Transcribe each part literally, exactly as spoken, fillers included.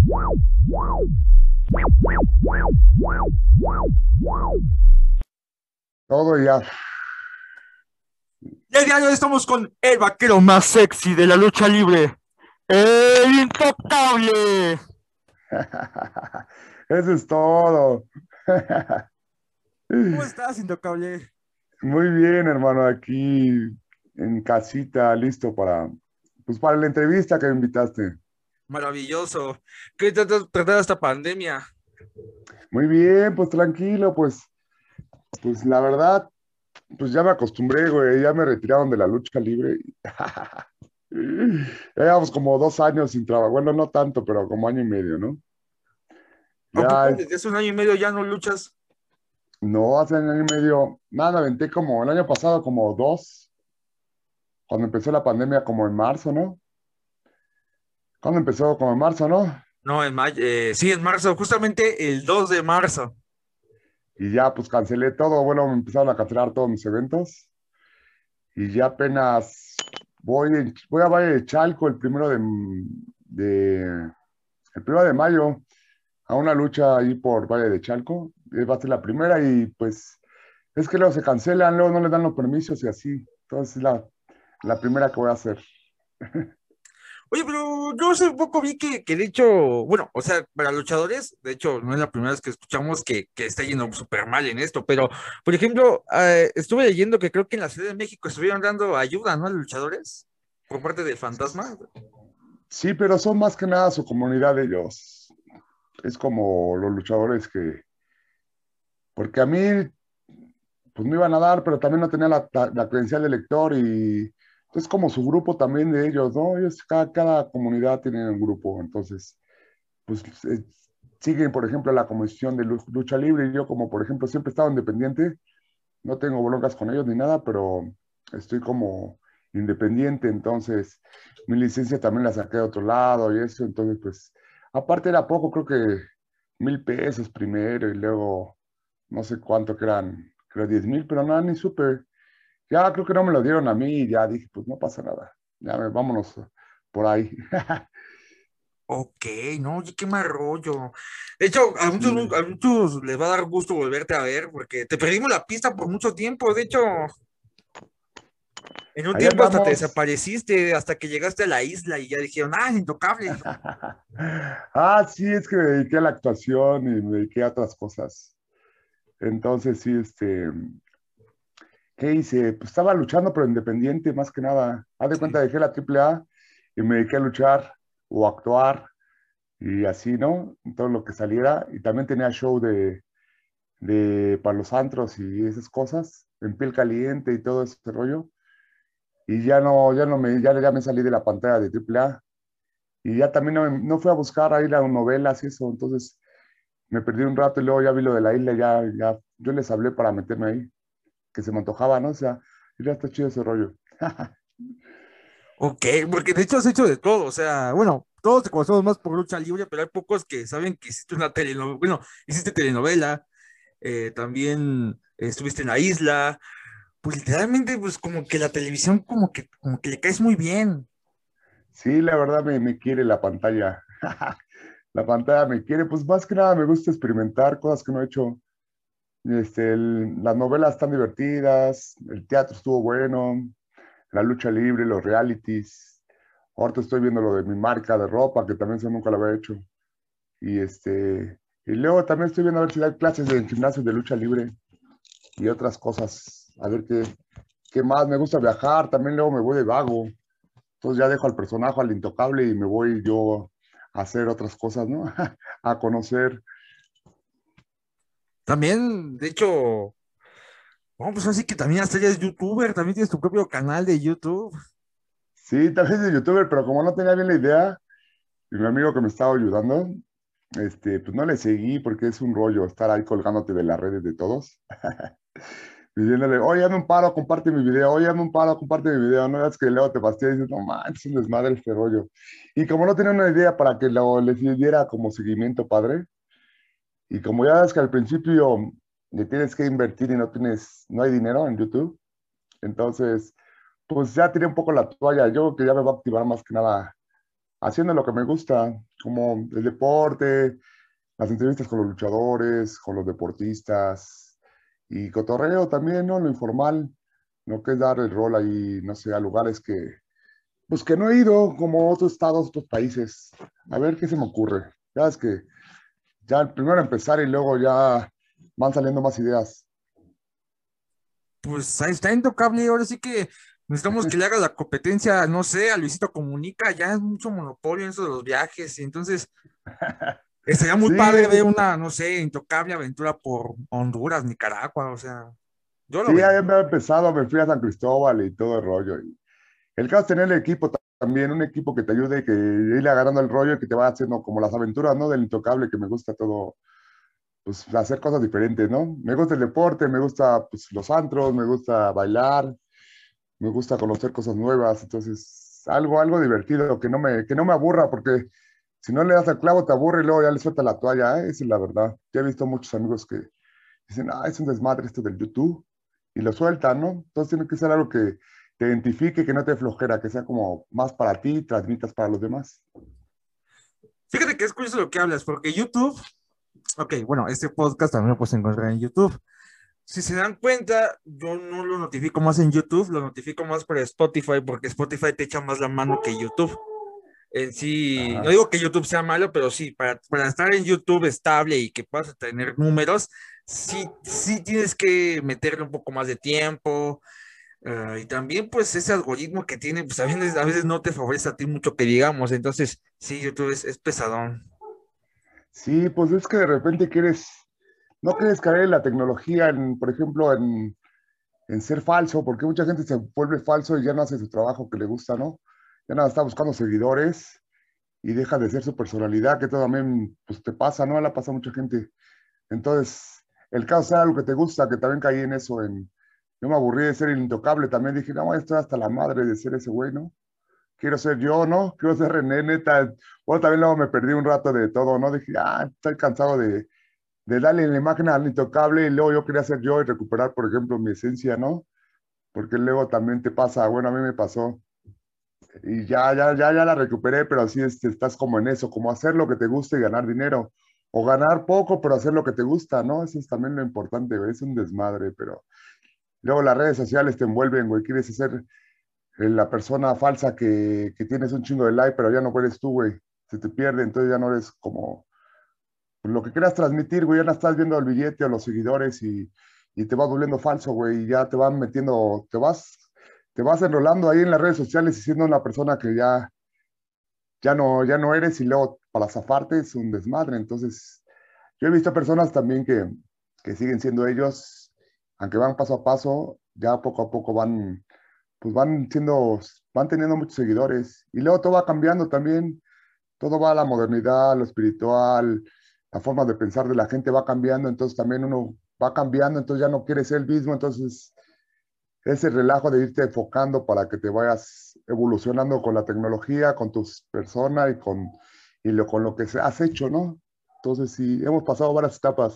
Todo ya. Y el día de hoy estamos con el vaquero más sexy de la lucha libre, el Intocable. Eso es todo. ¿Cómo estás, Intocable? Muy bien, hermano, aquí en casita, listo para, pues para la entrevista que me invitaste. Maravilloso. ¿Qué te ha tratado esta pandemia? Muy bien, pues tranquilo, pues, pues la verdad, pues ya me acostumbré, güey, ya me retiraron de la lucha libre. Ya llevamos como dos años sin trabajo, bueno, no tanto, pero como año y medio, ¿no? ¿A Ya, poco desde hace un año y medio ya no luchas? no, hace año y medio, nada, me aventé como el año pasado, como dos, cuando empezó la pandemia, como en marzo, ¿no? ¿Cuándo empezó? Como en marzo, ¿no? No, en mayo, eh, sí, en marzo, justamente el dos de marzo. Y ya pues cancelé todo, bueno, me empezaron a cancelar todos mis eventos y ya apenas voy, en- voy a Valle de Chalco el primero de, de- el primero de mayo a una lucha ahí por Valle de Chalco. Eh, Va a ser la primera y pues es que luego se cancelan, luego no les dan los permisos y así. Entonces es la, la primera que voy a hacer. Oye, pero yo hace poco vi que, que de hecho, bueno, o sea, para luchadores, de hecho, no es la primera vez que escuchamos que, que está yendo súper mal en esto, pero, por ejemplo, eh, estuve leyendo que creo que en la Ciudad de México estuvieron dando ayuda, ¿no? A los luchadores por parte del fantasma. Sí, pero son más que nada su comunidad ellos. Es como los luchadores que, porque a mí pues me iban a dar, pero también no tenía la, la- la credencial de lector y es como su grupo también de ellos, ¿no? Ellos, cada, cada comunidad tiene un grupo, entonces, pues eh, siguen, por ejemplo, la comisión de lu- lucha libre y yo como, por ejemplo, siempre he estado independiente, no tengo broncas con ellos ni nada, pero estoy como independiente, entonces mi licencia también la saqué de otro lado y eso, entonces, pues, aparte era poco, creo que mil pesos primero y luego no sé cuánto que eran, creo diez mil, pero nada, ni supe. Ya creo que no me lo dieron a mí y ya dije, pues no pasa nada. Ya me- vámonos por ahí. Ok, no, oye, qué mal rollo. De hecho, a muchos, Sí. a muchos les va a dar gusto volverte a ver porque te perdimos la pista por mucho tiempo. De hecho, en un Ahí tiempo hasta te andamos. desapareciste, hasta que llegaste a la isla y ya dijeron, ah, es intocable. Ah, sí, es que me dediqué a la actuación y me dediqué a otras cosas. Entonces, sí, este, ¿qué hice? Pues estaba luchando, pero independiente, más que nada. Haz de Sí. cuenta, dejé la triple A y me dediqué a luchar o actuar y así, ¿no? Todo lo que saliera. Y también tenía show de, de para los antros y esas cosas, en piel caliente y todo ese rollo. Y ya no, ya no me, ya, ya me salí de la pantalla de triple A. Y ya también no, no fui a buscar ahí las novelas y eso. Entonces me perdí un rato y luego ya vi lo de la isla, ya, ya, yo les hablé para meterme ahí, que se me antojaba, ¿no? O sea, ya está chido ese rollo. Ok, porque de hecho has hecho de todo, o sea, bueno, todos te conocemos más por lucha libre, pero hay pocos que saben que hiciste una telenovela, bueno, hiciste telenovela, eh, también estuviste en la isla, pues literalmente, pues como que la televisión como que, como que le caes muy bien. Sí, la verdad me, me quiere la pantalla. La pantalla me quiere, pues más que nada me gusta experimentar cosas que no he hecho. Este, el- las novelas están divertidas, el teatro estuvo bueno, la lucha libre, los realities. Ahorita estoy viendo lo de mi marca de ropa, que también eso nunca lo había hecho. Y este, y luego también estoy viendo a ver si hay clases de gimnasio de lucha libre y otras cosas. A ver qué, qué más. Me gusta viajar, también luego me voy de vago. Entonces ya dejo al personaje, al intocable, y me voy yo a hacer otras cosas, ¿no? A conocer. También, de hecho, no, pues así que también hasta ya es youtuber, también tienes tu propio canal de YouTube. Sí, también de youtuber, pero como no tenía bien la idea, y mi amigo que me estaba ayudando, este, pues no le seguí porque es un rollo estar ahí colgándote de las redes de todos. Diciéndole, oye, hazme un paro, comparte mi video, oye, hazme un paro, comparte mi video, no es que luego te fastidias y dices, no manches, un desmadre este rollo. Y como no tenía una idea para que lo, les diera como seguimiento padre, y como ya ves que al principio le tienes que invertir y no tienes, no hay dinero en YouTube, entonces, pues ya tiré un poco la toalla, yo creo que ya me va a activar más que nada haciendo lo que me gusta, como el deporte, las entrevistas con los luchadores, con los deportistas y cotorreo también, ¿no? Lo informal, lo que es dar el rol ahí, no sé, a lugares que, pues que no he ido, como otros estados, otros países. A ver qué se me ocurre. Ya es que ya primero empezar y luego ya van saliendo más ideas. Pues ahí está Intocable, ahora sí que necesitamos que le haga la competencia, no sé, a Luisito Comunica, ya es mucho monopolio en eso de los viajes, y entonces eh, sería muy Sí, padre ver una, no sé, Intocable aventura por Honduras, Nicaragua, o sea, yo lo sí, vería. ahí me ha empezado, me fui a San Cristóbal y todo el rollo. Y el caso es tener el equipo ta- también, un equipo que te ayude, que irle agarrando el rollo y que te va haciendo como las aventuras, ¿no? Del Intocable, que me gusta todo, pues hacer cosas diferentes, ¿no? Me gusta el deporte, me gusta pues, los antros, me gusta bailar, me gusta conocer cosas nuevas, entonces algo, algo divertido, que no me, que no me aburra, porque si no le das al clavo te aburre y luego ya le suelta la toalla, ¿eh? Esa es la verdad. Ya he visto muchos amigos que dicen, ah, es un desmadre esto del YouTube, y lo sueltan, ¿no? Entonces tiene que ser algo que te identifique, que no te dé flojera, que sea como más para ti, transmitas para los demás. Fíjate que es curioso lo que hablas, porque YouTube, ok, bueno, este podcast también lo puedes encontrar en YouTube. Si se dan cuenta, yo no lo notifico más en YouTube, lo notifico más por Spotify, porque Spotify te echa más la mano que YouTube. En sí, no Ajá. digo que YouTube sea malo, pero sí, para, para estar en YouTube estable y que puedas tener números, sí, sí tienes que meterle un poco más de tiempo. Eh, y también, pues, ese algoritmo que tiene, pues a veces, a veces no te favorece a ti mucho que digamos. Entonces, sí, YouTube es, es pesadón. Sí, pues es que de repente quieres, no quieres caer en la tecnología, en, por ejemplo, en, en ser falso, porque mucha gente se vuelve falso y ya no hace su trabajo que le gusta, ¿no? Ya nada, está buscando seguidores y deja de ser su personalidad, que todo también pues, te pasa, ¿no? La pasa a mucha gente. Entonces, el caso sea algo que te gusta, que también caí en eso, en, yo me aburrí de ser el intocable, también dije, no, estoy hasta la madre de ser ese güey, ¿no? Quiero ser yo, ¿no? Quiero ser René, neta. Bueno, también luego me perdí un rato de todo, ¿no? Dije, ah, estoy cansado de, de darle la imagen al intocable y luego yo quería ser yo y recuperar, por ejemplo, mi esencia, ¿no? Porque luego también te pasa, bueno, a mí me pasó y ya, ya, ya, ya la recuperé, pero así este, estás como en eso, como hacer lo que te gusta y ganar dinero, o ganar poco, pero hacer lo que te gusta, ¿no? Eso es también lo importante, güey, es un desmadre, pero luego las redes sociales te envuelven, güey, quieres ser eh, la persona falsa que, que tienes un chingo de like, pero ya no eres tú, güey, se te pierde, entonces ya no eres como pues, lo que quieras transmitir, güey, ya no estás viendo el billete o los seguidores y, y te va volviendo falso, güey, y ya te van metiendo, te vas, te vas enrolando ahí en las redes sociales y siendo una persona que ya, ya no, ya no eres y luego para zafarte es un desmadre. Entonces, yo he visto personas también que, que siguen siendo ellos, aunque van paso a paso, ya poco a poco van, pues van siendo, van teniendo muchos seguidores y luego todo va cambiando también, todo va a la modernidad, lo espiritual, la forma de pensar de la gente va cambiando, entonces también uno va cambiando, entonces ya no quiere ser el mismo, entonces ese relajo de irte enfocando para que te vayas evolucionando con la tecnología, con tus personas y con, y lo, con lo que has hecho, ¿no? Entonces sí, hemos pasado varias etapas.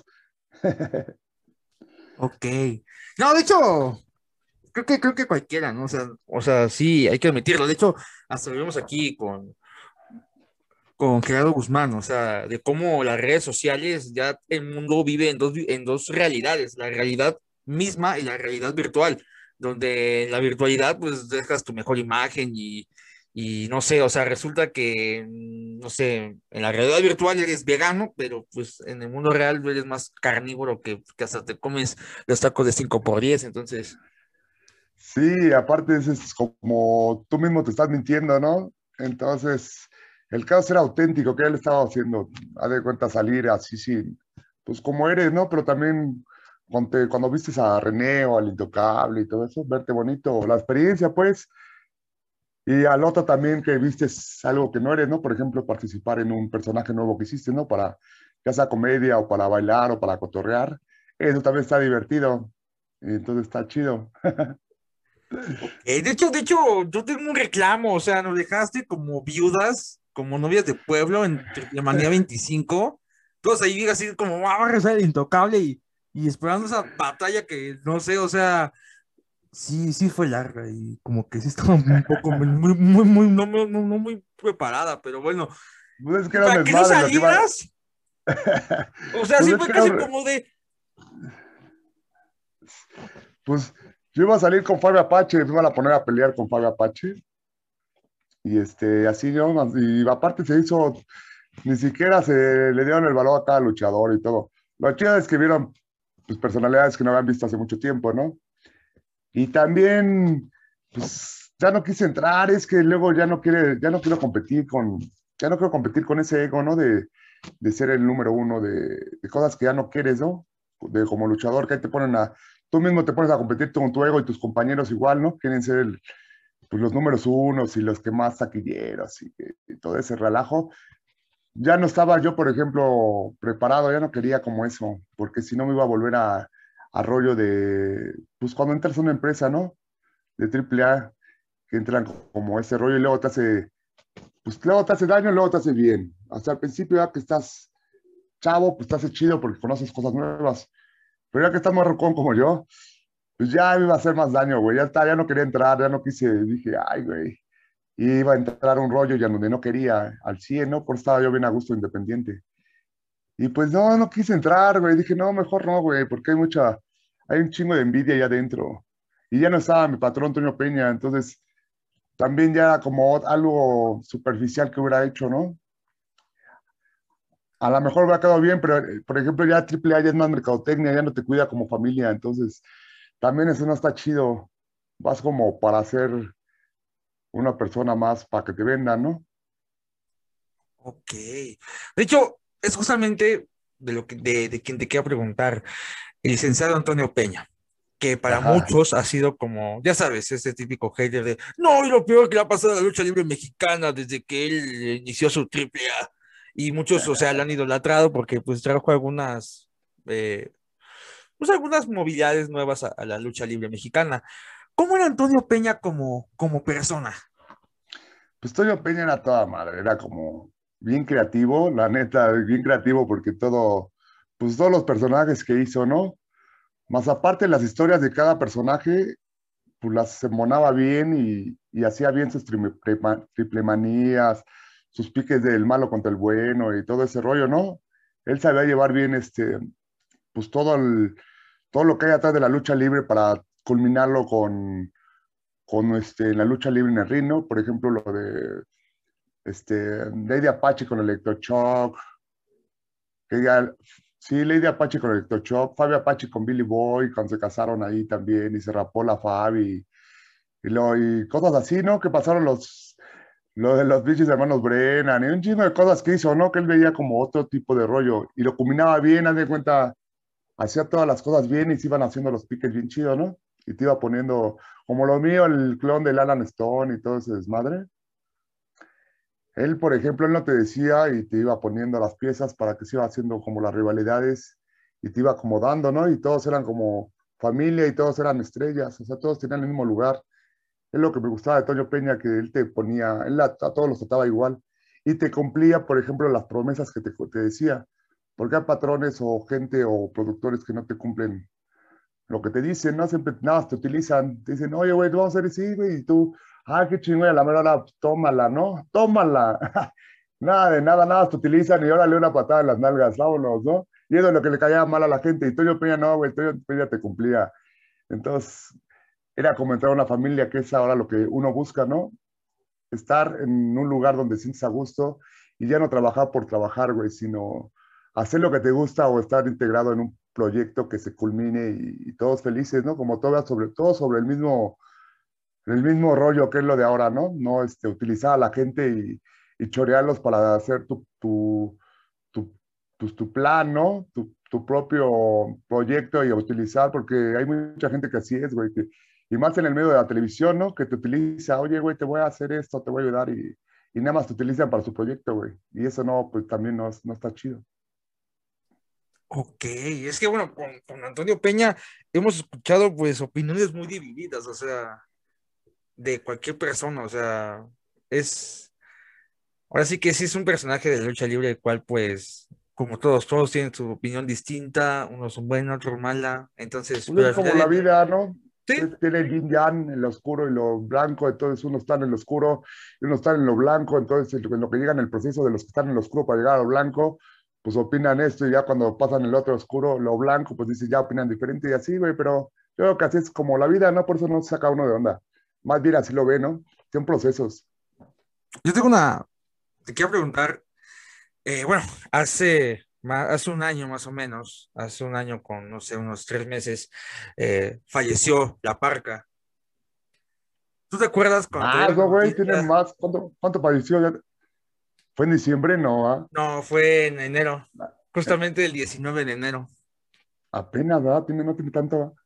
Ok. No, de hecho, creo que, creo que cualquiera, ¿no? O sea, o sea, sí, hay que admitirlo. De hecho, hasta lo vemos aquí con, con Gerardo Guzmán, o sea, de cómo las redes sociales, ya el mundo vive en dos, vi- en dos realidades, la realidad misma y la realidad virtual, donde en la virtualidad pues dejas tu mejor imagen y, y no sé, o sea, resulta que, mm, no sé, en la realidad virtual eres vegano, pero pues en el mundo real eres más carnívoro que, que hasta te comes los tacos de cinco por diez. Entonces, Sí, aparte es, es como tú mismo te estás mintiendo, ¿no? Entonces, el caso era auténtico, que él estaba haciendo, haz de cuenta salir así, sí, pues como eres, ¿no? Pero también cuando, te- cuando vistes a René o al Intocable y todo eso, verte bonito, la experiencia, pues, y al otro también que vistes algo que no eres, ¿no? Por ejemplo, participar en un personaje nuevo que hiciste, ¿no? Para, ya sea comedia o para bailar o para cotorrear, eso también está divertido, y entonces está chido. eh, de hecho, de hecho, yo tengo un reclamo, o sea, nos dejaste como viudas, como novias de pueblo en Manía veinticinco, todos ahí digan así como, "Ah, va a regresar el intocable", y, y esperando esa batalla que, no sé, o sea, sí, sí fue larga y como que sí estaba un poco muy, muy, muy, muy- no, no, no no muy preparada, pero bueno, Pues es que y era un para que no desmadre lo que iba. salieras, o sea, Pues sí es fue que era casi un- como de, Pues yo iba a salir con Fabio Apache, me iban a poner a pelear con Fabio Apache. Y este, así, ¿no? Y aparte se hizo, ni siquiera se le dieron el valor a cada luchador y todo. Lo chido es que vieron pues, personalidades que no habían visto hace mucho tiempo, ¿no? Y también, pues, ya no quise entrar, es que luego ya no quiere, ya no quiero competir con, ya no quiero competir con ese ego, ¿no? De, de ser el número uno de, de cosas que ya no quieres, ¿no? De como luchador, que ahí te ponen a, tú mismo te pones a competir con tu ego y tus compañeros igual, ¿no? Quieren ser el, pues, los números unos y los que más taquilleros y, y todo ese relajo. Ya no estaba yo, por ejemplo, preparado, ya no quería como eso, porque si no me iba a volver a, a rollo de, pues cuando entras a una empresa, ¿no? De triple A, que entran como ese rollo y luego te hace, pues luego te hace daño y luego te hace bien. Hasta el principio ya que estás chavo, pues te hace chido porque conoces cosas nuevas. Pero ya que estás más rocón como yo, pues ya me iba a hacer más daño, güey. Ya está, ya no quería entrar, ya no quise, dije, ay, güey. Y iba a entrar a un rollo ya donde no quería, al cien, ¿no? Por estaba yo bien a gusto independiente. Y pues no, no quise entrar, güey. Dije, no, mejor no, güey, porque hay mucha, hay un chingo de envidia allá adentro. Y ya no estaba mi patrón Antonio Peña, entonces también ya era como algo superficial que hubiera hecho, ¿no? A lo mejor hubiera quedado bien, pero eh, por ejemplo ya triple A ya es más mercadotecnia, ya no te cuida como familia, entonces también eso no está chido. Vas como para ser una persona más para que te vendan, ¿no? ok. De hecho, es justamente de lo que, de, de quien te quiero preguntar, el licenciado Antonio Peña, que para Ajá. muchos ha sido como, ya sabes, ese típico hater de, no, y lo peor que le ha pasado a la lucha libre mexicana desde que él inició su triple A. Y muchos, o sea, le han idolatrado porque pues trajo algunas, eh, pues algunas movilidades nuevas a, a la lucha libre mexicana. ¿Cómo era Antonio Peña como, como persona? Pues Toño Peña era toda madre, era como bien creativo, la neta, bien creativo porque todo, pues todos los personajes que hizo, ¿no? Más aparte las historias de cada personaje, pues las monaba bien y, y hacía bien sus triple, triple manías, sus piques del malo contra el bueno y todo ese rollo, ¿no? Él sabía llevar bien este, pues todo el, todo lo que hay atrás de la lucha libre para culminarlo con, con este, la lucha libre en el ring, ¿no? Por ejemplo, lo de este, Lady Apache con Electroshock, que ya, sí, Lady Apache con Electroshock, Fabio Apache con Billy Boy, cuando se casaron ahí también, y se rapó la Fabi, y, lo, y cosas así, ¿no? Que pasaron los, lo de los bichos hermanos Brennan, y un chingo de cosas que hizo, ¿no? Que él veía como otro tipo de rollo, y lo combinaba bien, haz de cuenta, hacía todas las cosas bien y se iban haciendo los piques bien chidos, ¿no? Y te iba poniendo, como lo mío, el clon del Alan Stone y todo ese desmadre. Él, por ejemplo, él no te decía y te iba poniendo las piezas para que se iba haciendo como las rivalidades y te iba acomodando, ¿no? Y todos eran como familia y todos eran estrellas, o sea, todos tenían el mismo lugar. Es lo que me gustaba de Toño Peña, que él te ponía, él a, a todos los trataba igual y te cumplía, por ejemplo, las promesas que te, te decía, porque hay patrones o gente o productores que no te cumplen lo que te dicen, ¿no? Siempre nada más te utilizan, te dicen, oye, güey, tú vamos a hacer así, güey, y tú, ah, qué chingón, y a la mera hora, pues, tómala, ¿no? Tómala. Nada de nada, nada, te utilizan y órale una patada en las nalgas, vámonos, ¿no? Y eso es lo que le caía mal a la gente. Y Toño Peña, no, güey, Toño Peña te cumplía. Entonces, era como entrar a una familia, que es ahora lo que uno busca, ¿no? Estar en un lugar donde sientes a gusto y ya no trabajar por trabajar, güey, sino hacer lo que te gusta o estar integrado en un proyecto que se culmine y, y todos felices, ¿no? Como todo sobre todo sobre el mismo, el mismo rollo que es lo de ahora, ¿no? No este, utilizar a la gente y, y chorearlos para hacer tu, tu, tu, tu, tu plan, ¿no? Tu, tu propio proyecto y utilizar, porque hay mucha gente que así es, güey, que, y más en el medio de la televisión, ¿no? Que te utiliza, oye, güey, te voy a hacer esto, te voy a ayudar, y, y nada más te utilizan para su proyecto, güey. Y eso no, pues también no, no está chido. Ok, es que bueno, con, con Antonio Peña hemos escuchado pues opiniones muy divididas, o sea, de cualquier persona, o sea, es, ahora sí que sí es un personaje de lucha libre, el cual pues, como todos, todos tienen su opinión distinta, unos son buenos, otros mala, entonces, Pues pero es al como final la del día, vida, ¿no? Sí. Tiene el yin yang, en lo oscuro y lo blanco, entonces uno está en lo oscuro y uno está en lo blanco, entonces en lo que llegan el proceso de los que están en lo oscuro para llegar a lo blanco, pues opinan esto y ya cuando pasan el otro oscuro, lo blanco, pues dicen ya opinan diferente y así, güey, pero yo creo que así es como la vida, ¿no? Por eso no se saca uno de onda. Más bien así lo ve, ¿no? Son procesos. Yo tengo una, te quiero preguntar, eh, bueno, hace, ma- hace un año más o menos, hace un año con, no sé, unos tres meses, eh, falleció La Parca. ¿Tú te acuerdas cuando te Más, dieron la ¿no, güey? Tiene noticia? más. ¿Cuánto, cuánto padeció? Ya- ¿Fue en diciembre? No, ¿ah? No, fue en enero, Eh, justamente el diecinueve de enero. apenas, ¿verdad? Tiene, no tiene tanto. ¿Ah?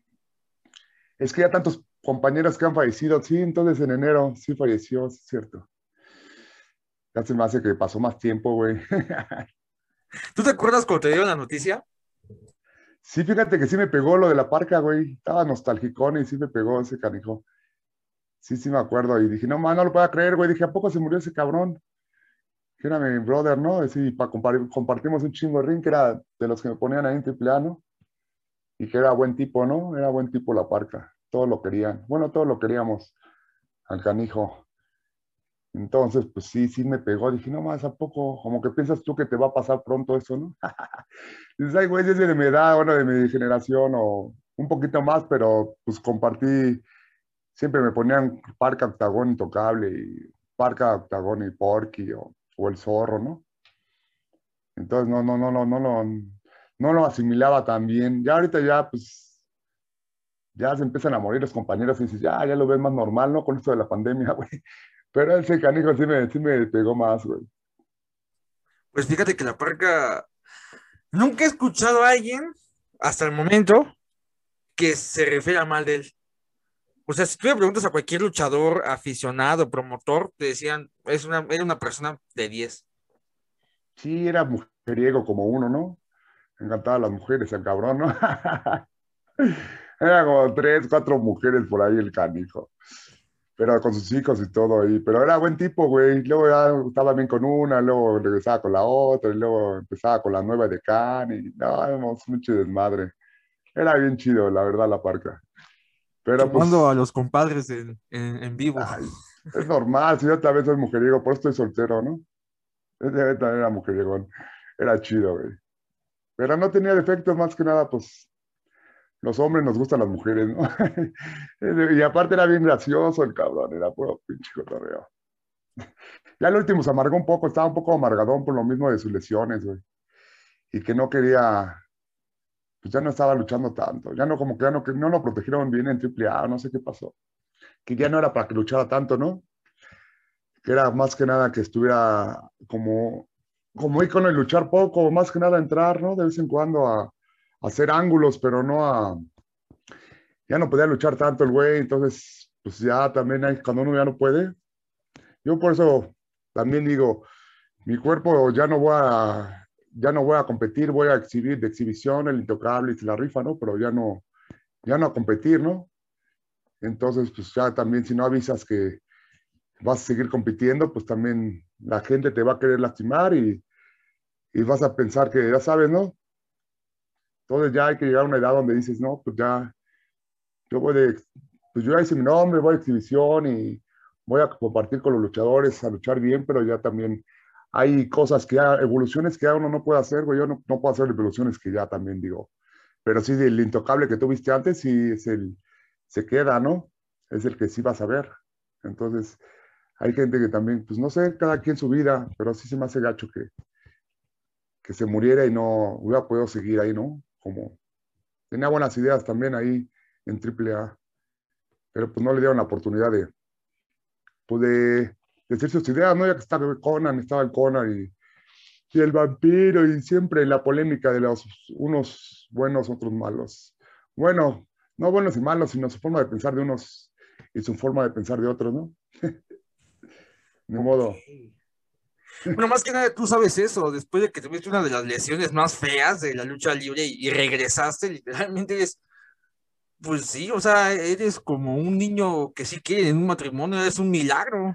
Es que ya tantos compañeros que han fallecido. Sí, entonces en enero sí falleció, sí es cierto. Ya se me hace que pasó más tiempo, güey. ¿Tú te acuerdas cuando te dieron la noticia? Sí, fíjate que sí me pegó lo de la parca, güey. Estaba nostalgicón y sí me pegó ese canijo. Sí, sí me acuerdo. Y dije, no, man, no lo puedo creer, güey. Dije, ¿a poco se murió ese cabrón? Que era mi brother, ¿no? Sí, para compartimos un chingo de ring, que era de los que me ponían ahí en triple A, ¿no? Y que era buen tipo, ¿no? Era buen tipo la parca. Todos lo querían. Bueno, todos lo queríamos al canijo. Entonces, pues sí, sí me pegó. Dije, no más, ¿a poco? Como que piensas tú que te va a pasar pronto eso, ¿no? Dices, ay, güey, si es de mi edad, bueno, de mi generación o un poquito más, pero pues compartí, siempre me ponían Parca, Octagón, Intocable y Parca, Octagón y Porky o, o El Zorro, ¿no? Entonces, no, no, no, no, no, no, no lo asimilaba tan bien. Ya ahorita ya, pues, ya se empiezan a morir los compañeros y dices, ya, ya lo ves más normal, ¿no? Con esto de la pandemia, güey. Pero ese canijo sí me, sí me pegó más, güey. Pues fíjate que La Parca, nunca he escuchado a alguien, hasta el momento, que se refiera mal de él. O sea, si tú le preguntas a cualquier luchador, aficionado, promotor, te decían, es una, era una persona de diez. Sí, era mujeriego como uno, ¿no? Me encantaban las mujeres, el cabrón, ¿no? Era como tres, cuatro mujeres por ahí el canijo. Pero con sus hijos y todo ahí. Pero era buen tipo, güey. Luego ya estaba bien con una, luego regresaba con la otra, y luego empezaba con la nueva de Can y no, éramos mucho desmadre. Era bien chido, la verdad, la parca. Pero Quemando a pues, los compadres en, en, en vivo. ay, es normal, si yo también soy mujeriego, por eso estoy soltero, ¿no? Ese también era mujeriegón. Era chido, güey. Pero no tenía defectos, más que nada, pues los hombres nos gustan las mujeres, ¿no? Y aparte era bien gracioso el cabrón, era puro pinche cotorreo. Ya el último se amargó un poco, estaba un poco amargadón por lo mismo de sus lesiones, güey. Y que no quería, pues ya no estaba luchando tanto. Ya no, como que ya no, que no lo protegieron bien en triple A, no sé qué pasó. Que ya no era para que luchara tanto, ¿no? Que era más que nada que estuviera como, como ícono y luchar poco, más que nada entrar, ¿no? De vez en cuando a, a hacer ángulos, pero no a, ya no podía luchar tanto el güey, entonces, pues ya también hay, cuando uno ya no puede, yo por eso también digo, mi cuerpo ya no voy a, ya no voy a competir, voy a exhibir de exhibición el intocable y la rifa, ¿no? Pero ya no, ya no a competir, ¿no? Entonces, pues ya también si no avisas que vas a seguir compitiendo, pues también la gente te va a querer lastimar y, y vas a pensar que ya sabes, ¿no? Entonces ya hay que llegar a una edad donde dices, no, pues ya, yo voy de, pues yo ya hice mi nombre, voy a exhibición y voy a compartir con los luchadores, a luchar bien, pero ya también hay cosas que ya, evoluciones que ya uno no puede hacer, güey, yo no, no puedo hacer evoluciones que ya también digo, pero sí el intocable que tuviste antes, sí es el, se queda, ¿no? Es el que sí vas a ver. Entonces, hay gente que también, pues no sé, cada quien su vida, pero sí se me hace gacho que, que se muriera y no hubiera podido seguir ahí, ¿no? Como tenía buenas ideas también ahí en triple A, pero pues no le dieron la oportunidad de, pues de decir sus ideas, ¿no? Ya que estaba Conan, estaba el Conan y, y el vampiro y siempre la polémica de los unos buenos, otros malos. Bueno, no buenos y malos, sino su forma de pensar de unos y su forma de pensar de otros, ¿no? Ni Ok. modo. Bueno, más que nada tú sabes eso, después de que tuviste una de las lesiones más feas de la lucha libre y, y regresaste, literalmente eres, pues sí, o sea, eres como un niño que sí quiere en un matrimonio, es un milagro.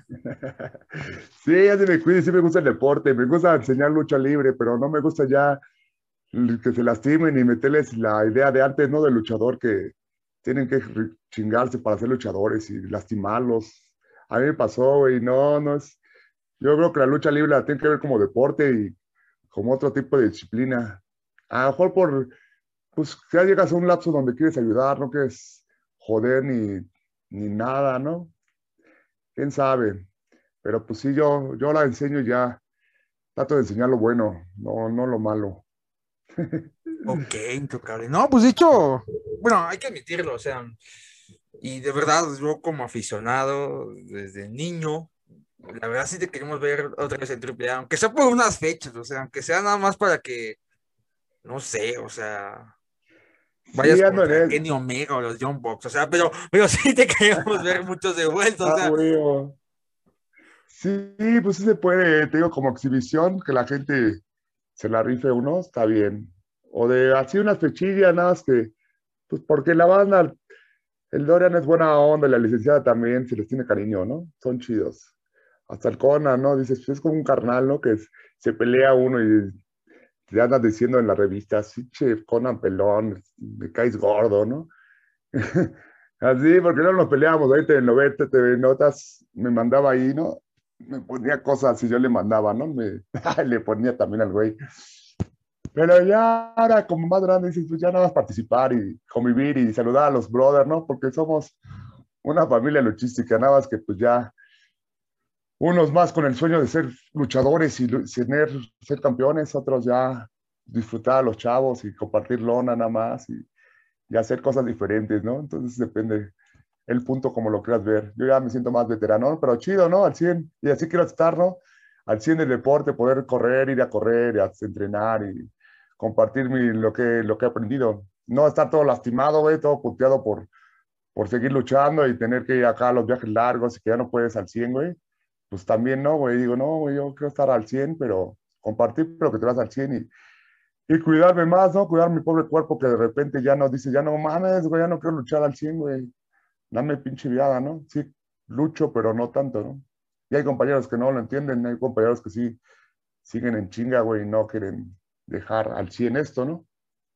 Sí, ya se me cuida, sí me gusta el deporte, me gusta enseñar lucha libre, pero no me gusta ya que se lastimen y meterles la idea de antes, ¿no? Del luchador que, tienen que chingarse para ser luchadores y lastimarlos. A mí me pasó, güey, no, no es. Yo creo que la lucha libre la tiene que ver como deporte y como otro tipo de disciplina. A lo mejor por, pues ya llegas a un lapso donde quieres ayudar, no quieres joder ni, ni nada, ¿no? ¿Quién sabe? Pero pues sí, yo, yo la enseño ya, trato de enseñar lo bueno, no, no lo malo. Ok, intocable. No, pues de hecho, bueno, hay que admitirlo, o sea, y de verdad, yo como aficionado desde niño, la verdad sí te queremos ver otra vez en Triple A, aunque sea por unas fechas, o sea, aunque sea nada más para que, no sé, o sea, vayas Sí, ando en contra él. Kenny Omega o los Young Bucks, o sea, pero, pero sí te queremos ver muchos de vuelta, o Ah, sea, güey. Sí, pues sí se puede, te digo, como exhibición, que la gente se la rife uno, está bien. O de así unas fechillas, nada más que, pues porque la banda, el Dorian es buena onda, y la licenciada también, se les tiene cariño, ¿no? Son chidos. Hasta el Conan, ¿no? Dices, pues es como un carnal, ¿no? Que es- se pelea uno y te andas diciendo en la revista, sí, che, Conan pelón, me caes gordo, ¿no? Así, porque no nos peleábamos, ahí te noventa, T V Notas, me mandaba ahí, ¿no? Me ponía cosas y yo le mandaba, ¿no? Me, le ponía también al güey. Pero ya ahora como más grande dices, pues ya nada más participar y convivir y saludar a los brothers, ¿no? Porque somos una familia luchística, nada más que pues ya unos más con el sueño de ser luchadores y lu- tener, ser campeones, otros ya disfrutar a los chavos y compartir lona nada más y, y hacer cosas diferentes, ¿no? Entonces depende el punto como lo quieras ver. Yo ya me siento más veterano, pero chido, ¿no? Al cien y así quiero estar, ¿no? Al cien del deporte, poder correr, ir a correr, a entrenar y compartir mi, lo, que, lo que he aprendido. No estar todo lastimado, güey, todo puteado por, por seguir luchando y tener que ir acá a los viajes largos y que ya no puedes al cien, güey. Pues también no, güey. Digo, no, güey, yo quiero estar al cien, pero compartir, pero que te vas al cien y, y cuidarme más, ¿no? Cuidar mi pobre cuerpo que de repente ya no dice, ya no mames, güey, ya no quiero luchar al cien, güey. Dame pinche viada, ¿no? Sí, lucho, pero no tanto, ¿no? Y hay compañeros que no lo entienden, hay compañeros que sí siguen en chinga, güey, y no quieren dejar al cien esto, ¿no?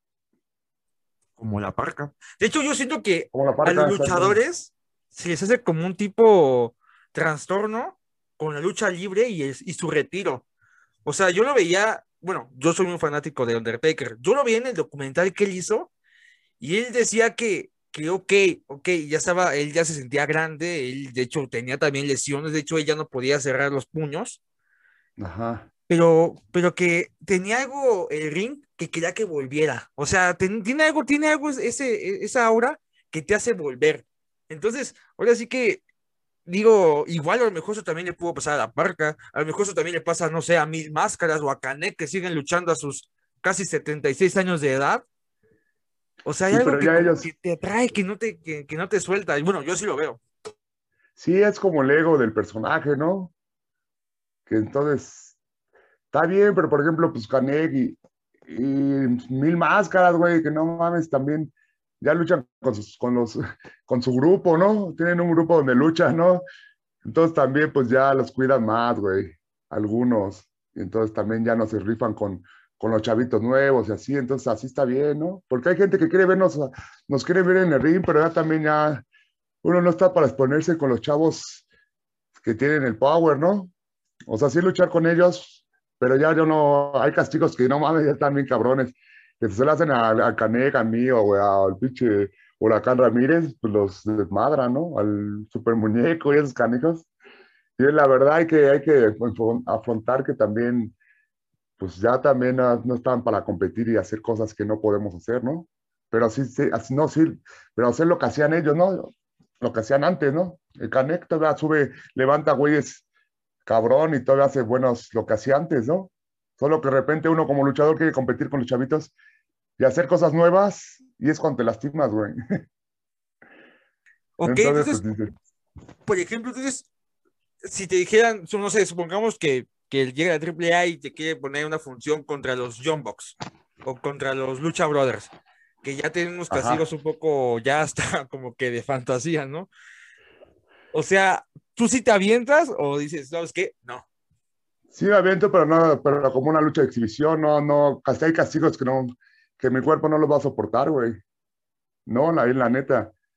como la parca. De hecho, yo siento que Como la a los parca, exacto. luchadores se les hace como un tipo trastorno con la lucha libre y, es, y su retiro. O sea, yo lo veía, bueno, yo soy un fanático de Undertaker. Yo lo vi en el documental que él hizo y él decía que, que ok, ok, ya estaba, él ya se sentía grande, él de hecho tenía también lesiones, de hecho él ya no podía cerrar los puños, Ajá. pero, pero que tenía algo el ring que quería que volviera. O sea, ten- tiene algo, tiene algo ese, esa aura que te hace volver. Entonces, ahora sí que digo, igual a lo mejor eso también le pudo pasar a la Parca, a lo mejor eso también le pasa, no sé, a Mil Máscaras o a Canek que siguen luchando a sus casi setenta y seis años de edad. O sea, hay Sí, algo pero que ya como que ellos, te atrae, que no te, que, que no te suelta. Y bueno, yo sí lo veo. sí es como el ego del personaje, ¿no? Que entonces, está bien, pero por ejemplo, pues Canek y, y Mil Máscaras, güey, que no mames, también ya luchan con, sus, con, los, con su grupo, ¿no? Tienen un grupo donde luchan, ¿no? Entonces también pues ya los cuidan más, güey, algunos. Y entonces también ya no se rifan con, con los chavitos nuevos y así, entonces así está bien, ¿no? Porque hay gente que quiere vernos, nos quiere ver en el ring, pero ya también ya uno no está para exponerse con los chavos que tienen el power, ¿no? O sea, sí luchar con ellos, pero ya yo no, hay castigos que no mames, ya están bien cabrones, que se lo hacen a, a Canek, a mí, o a- al pinche Huracán Ramírez, pues los desmadran, ¿no? Al super muñeco y esos canijos. Sí, la verdad hay que, hay que afron- afrontar que también, pues ya también no, no están para competir y hacer cosas que no podemos hacer, ¿no? Pero sí, sí, así, no, sí, pero hacer lo que hacían ellos, ¿no? Lo que hacían antes, ¿no? El Canek todavía sube, levanta güeyes cabrón y todavía hace buenos lo que hacía antes, ¿no? Solo que de repente uno como luchador quiere competir con los chavitos y hacer cosas nuevas y es cuando te lastimas, güey. Ok, Entonces, pues entonces, dices, por ejemplo, entonces, si te dijeran, so- no sé, supongamos que, que llega la Triple A y te quiere poner una función contra los Young Bucks o contra los Lucha Brothers, que ya tienen unos ajá. castigos un poco, ya hasta como que de fantasía, ¿no? O sea, ¿tú sí te avientas o dices, ¿sabes qué? No. Sí, me aviento, pero no, pero como una lucha de exhibición, no, no, casi hay castigos que no, que mi cuerpo no los va a soportar, güey. No, la, la neta.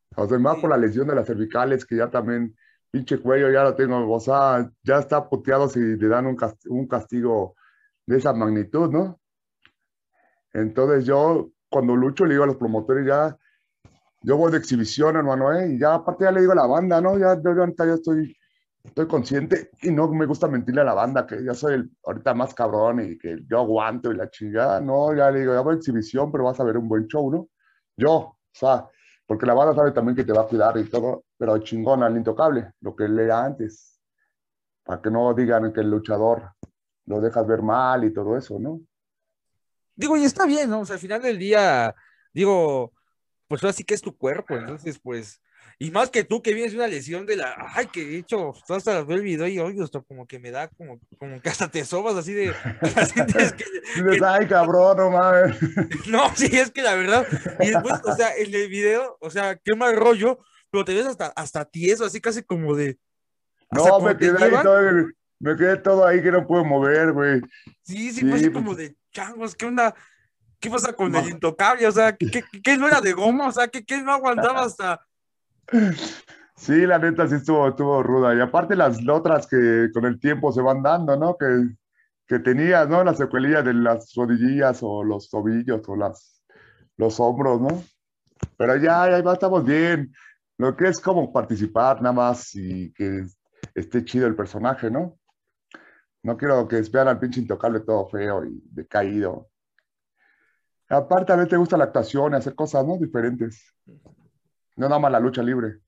O sea, más por Sí. la lesión de las cervicales, que ya también, pinche cuello, ya lo tengo, o sea, ya está puteado si le dan un cas- un castigo de esa magnitud, ¿no? Entonces yo, cuando lucho, le digo a los promotores, ya, yo voy de exhibición, hermano, ¿eh? Y ya aparte ya le digo a la banda, ¿no? Ya, yo, yo ahorita ya estoy, estoy consciente y no me gusta mentirle a la banda que ya soy el, ahorita más cabrón y que yo aguanto y la chingada. No, ya le digo, ya voy de exhibición, pero vas a ver un buen show, ¿no? Yo, o sea, porque la banda sabe también que te va a cuidar y todo, pero chingón al intocable, lo que él era antes, para que no digan que el luchador lo dejas ver mal y todo eso, ¿no? Digo, y está bien, ¿no? O sea, al final del día, digo, pues ahora sí que es tu cuerpo, entonces, pues, y más que tú que vienes de una lesión de la, ay, que de hecho, tú hasta ver el video y oye, esto como que me da, como, como que hasta te sobas así de, o sea, sientes que, Dices, que, ay, cabrón, no mames. no, sí, es que la verdad, y después, o sea, en el video, o sea, qué mal rollo, pero te ves hasta, hasta tieso, así casi como de, hasta No, cuando me te quedé ahí llevan, todo, me quedé todo ahí que no puedo mover, güey. sí, sí, fue así Sí, pues, como de, changos, ¿qué onda? ¿Qué pasa con el ma- intocable? O sea, ¿qué, qué, qué no era de goma? O sea, ¿qué, qué no aguantaba hasta... sí, la neta sí estuvo, estuvo ruda. Y aparte las otras que con el tiempo se van dando, ¿no? Que, que tenías, ¿no? La secuelilla de las rodillas o los tobillos o las, los hombros, ¿no? Pero ya, ya estamos bien. Lo que es como participar nada más y que esté chido el personaje, ¿no? No quiero que vean al pinche intocable todo feo y decaído. Aparte, a veces te gusta la actuación y hacer cosas, ¿no? Diferentes. No nada más la lucha libre.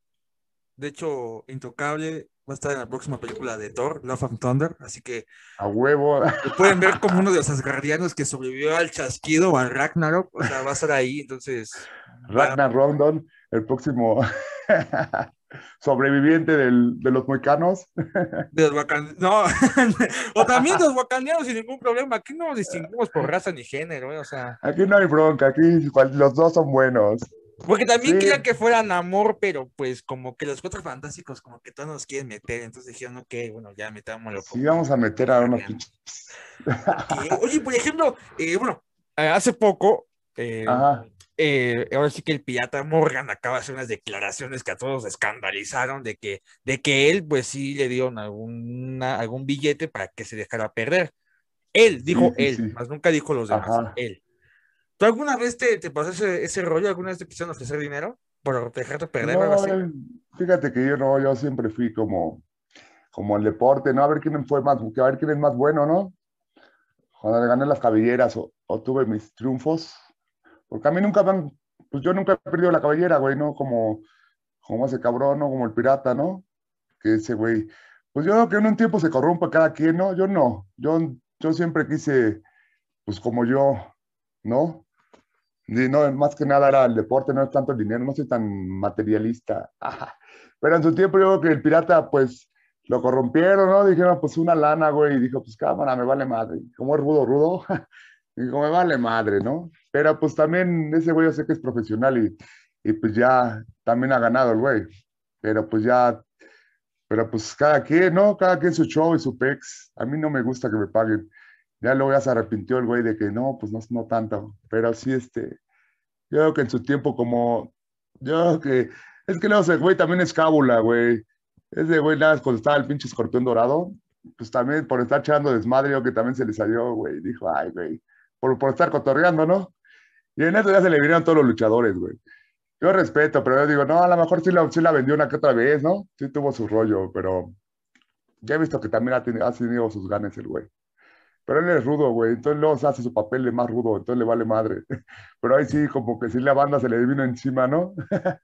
De hecho, Intocable va a estar en la próxima película de Thor, Love and Thunder, así que A huevo. lo pueden ver como uno de los asgardianos que sobrevivió al chasquido o al Ragnarok, o sea, va a estar ahí, entonces va Ragnar Rondon, el próximo sobreviviente del- de los moicanos. de los wakan- no, o también de los wakandianos sin ningún problema, aquí no distinguimos por raza ni género, ¿eh? O sea, Aquí no hay bronca, aquí cual- los dos son buenos. porque también Sí, querían que fueran amor, pero pues como que los cuatro fantásticos como que todos nos quieren meter, entonces dijeron, ok, bueno, ya metámoslo sí, como vamos a meter a unos asgardiano. pinches. Ok, oye, por ejemplo, eh, bueno, eh, hace poco, eh, Ajá. eh, ahora sí que el pirata Morgan acaba de hacer unas declaraciones que a todos escandalizaron de que, de que él, pues sí le dieron alguna, algún billete para que se dejara perder. Él, Sí, dijo sí, él, sí. más nunca dijo los demás, Ajá. él. ¿Tú alguna vez te, te pasó ese, ese rollo? ¿Alguna vez te quisieron ofrecer dinero por dejarte perder o algo No, así? eh, fíjate que yo no, yo siempre fui como, como el deporte, ¿no? A ver quién fue más, a ver quién es más bueno, ¿no? Cuando le gané las cabelleras o, o tuve mis triunfos, porque a mí nunca me han, pues yo nunca he perdido la cabellera, güey, ¿no? Como, como ese cabrón, ¿no? Como el pirata, ¿no? Que ese güey, pues yo creo que en un tiempo se corrompe cada quien, ¿no? Yo no, yo, yo siempre quise, pues como yo, ¿no? Y no, más que nada era el deporte, no es tanto el dinero, no soy tan materialista. Ajá. Pero en su tiempo yo creo que el pirata, pues, lo corrompieron, ¿no? Dijeron, pues, una lana, güey, y dijo, pues, cámara, me vale madre. Como es rudo, rudo, dijo, me vale madre, ¿no? Pero, pues, también ese güey yo sé que es profesional y, y pues, ya también ha ganado el güey. Pero, pues, ya, pero, pues, cada quien, ¿no? Cada quien su show y su pex. A mí no me gusta que me paguen. Ya luego ya se arrepintió el güey de que no, pues, no, no tanto. Pero sí, este... Yo creo que en su tiempo como, yo creo que, es que luego ese güey también es cábula, güey. Ese güey nada, más cuando estaba el pinche escorpión dorado, pues también por estar echando desmadre, yo que también se le salió, güey. Dijo, ay, güey, por, por estar cotorreando, ¿no? Y en eso ya se le vinieron todos los luchadores, güey. Yo respeto, pero yo digo, no, a lo mejor sí la, sí la vendió una que otra vez, ¿no? Sí tuvo su rollo, pero ya he visto que también ha tenido, ha tenido sus ganes el güey. Pero él es rudo, güey. Entonces luego se hace su papel de más rudo, entonces le vale madre. Pero ahí sí, como que sí la banda se le vino encima, ¿no?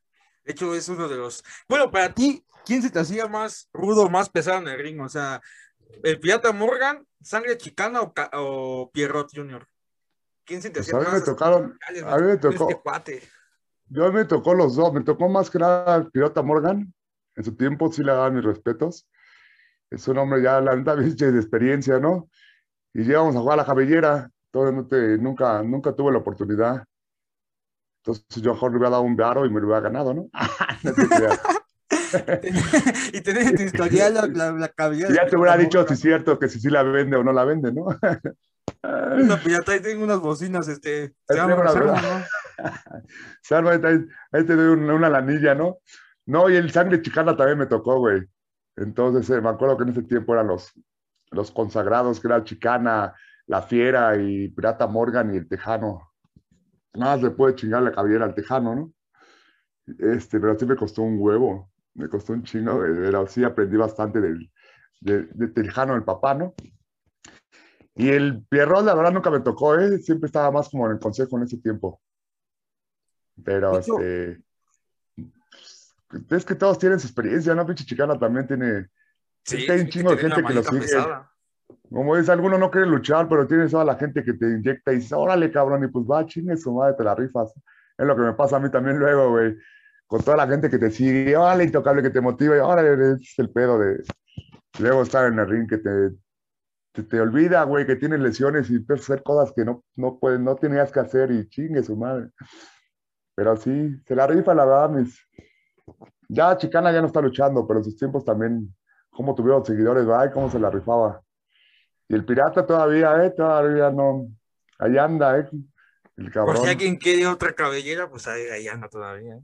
De hecho, es uno de los... Bueno, para ti, ¿quién se te hacía más rudo, más pesado en el ring? O sea, ¿el pirata Morgan, Sangre Chicana o, Ca- o Pierrot junior? ¿Quién se te Pues hacía a mí me más así? tocaron, "Chale, me a mí tocó me con este tocó, cuate"? yo a mí me tocó los dos, me tocó más que nada el Pirata Morgan. En su tiempo sí le daban mis respetos. Es un hombre ya, la neta, viste, de experiencia, ¿no? Y llegamos a jugar a la cabellera. Todavía no te, nunca, nunca tuve la oportunidad. Entonces yo mejor le hubiera dado un varo y me lo hubiera ganado, ¿no? No te creas. Y tener, y tener en tu historial la, la, la cabellera Y del ya te pirata hubiera dicho si Morgan. es cierto que si sí la vende o no la vende, ¿no? Una pirata, ahí tengo unas bocinas, este, se Ahí tengo arma, una se verdad. arma, ¿no? Salva, ahí, ahí- ahí te doy una, una lanilla, ¿no? No, y el sangre chicana también me tocó, güey. Entonces, eh, me acuerdo que en ese tiempo eran los, los consagrados, que era Chicana, La Fiera y Pirata Morgan y el Tejano. Nada se puede chingar la cabellera al Tejano, ¿no? Este, pero sí me costó un huevo, me costó un chingo, güey, pero sí aprendí bastante del, de, de Tejano, el papá, ¿no? Y el Pierrot, la verdad, nunca me tocó, ¿eh? Siempre estaba más como en el consejo en ese tiempo. De Pero, hecho, este, es que todos tienen su experiencia, ¿no? Pinche Chicana también tiene, es que sí, hay un tiene que chingo de tener la gente que lo manita sigue. pesada. Como es, alguno no quiere luchar, pero tienes toda la gente que te inyecta y dice, órale, cabrón, y pues va, chingue su madre, te la rifas. Es lo que me pasa a mí también luego, güey. Con toda la gente que te sigue, órale, intocable, que te motiva, y órale, es el pedo de luego estar en el ring, que te, te, te olvida, güey, que tienes lesiones y empiezas a hacer cosas que no, no, puedes, no tenías que hacer y chingue su madre. Pero sí, se la rifa, la verdad, mis... Ya Chicana ya no está luchando, pero en sus tiempos también, cómo tuvieron seguidores, ¿verdad? Y cómo se la rifaba. Y el pirata todavía, ¿eh? Todavía no. Ahí anda, ¿eh? El Por si cabrón. alguien quiere otra cabellera, pues ahí, ahí anda todavía.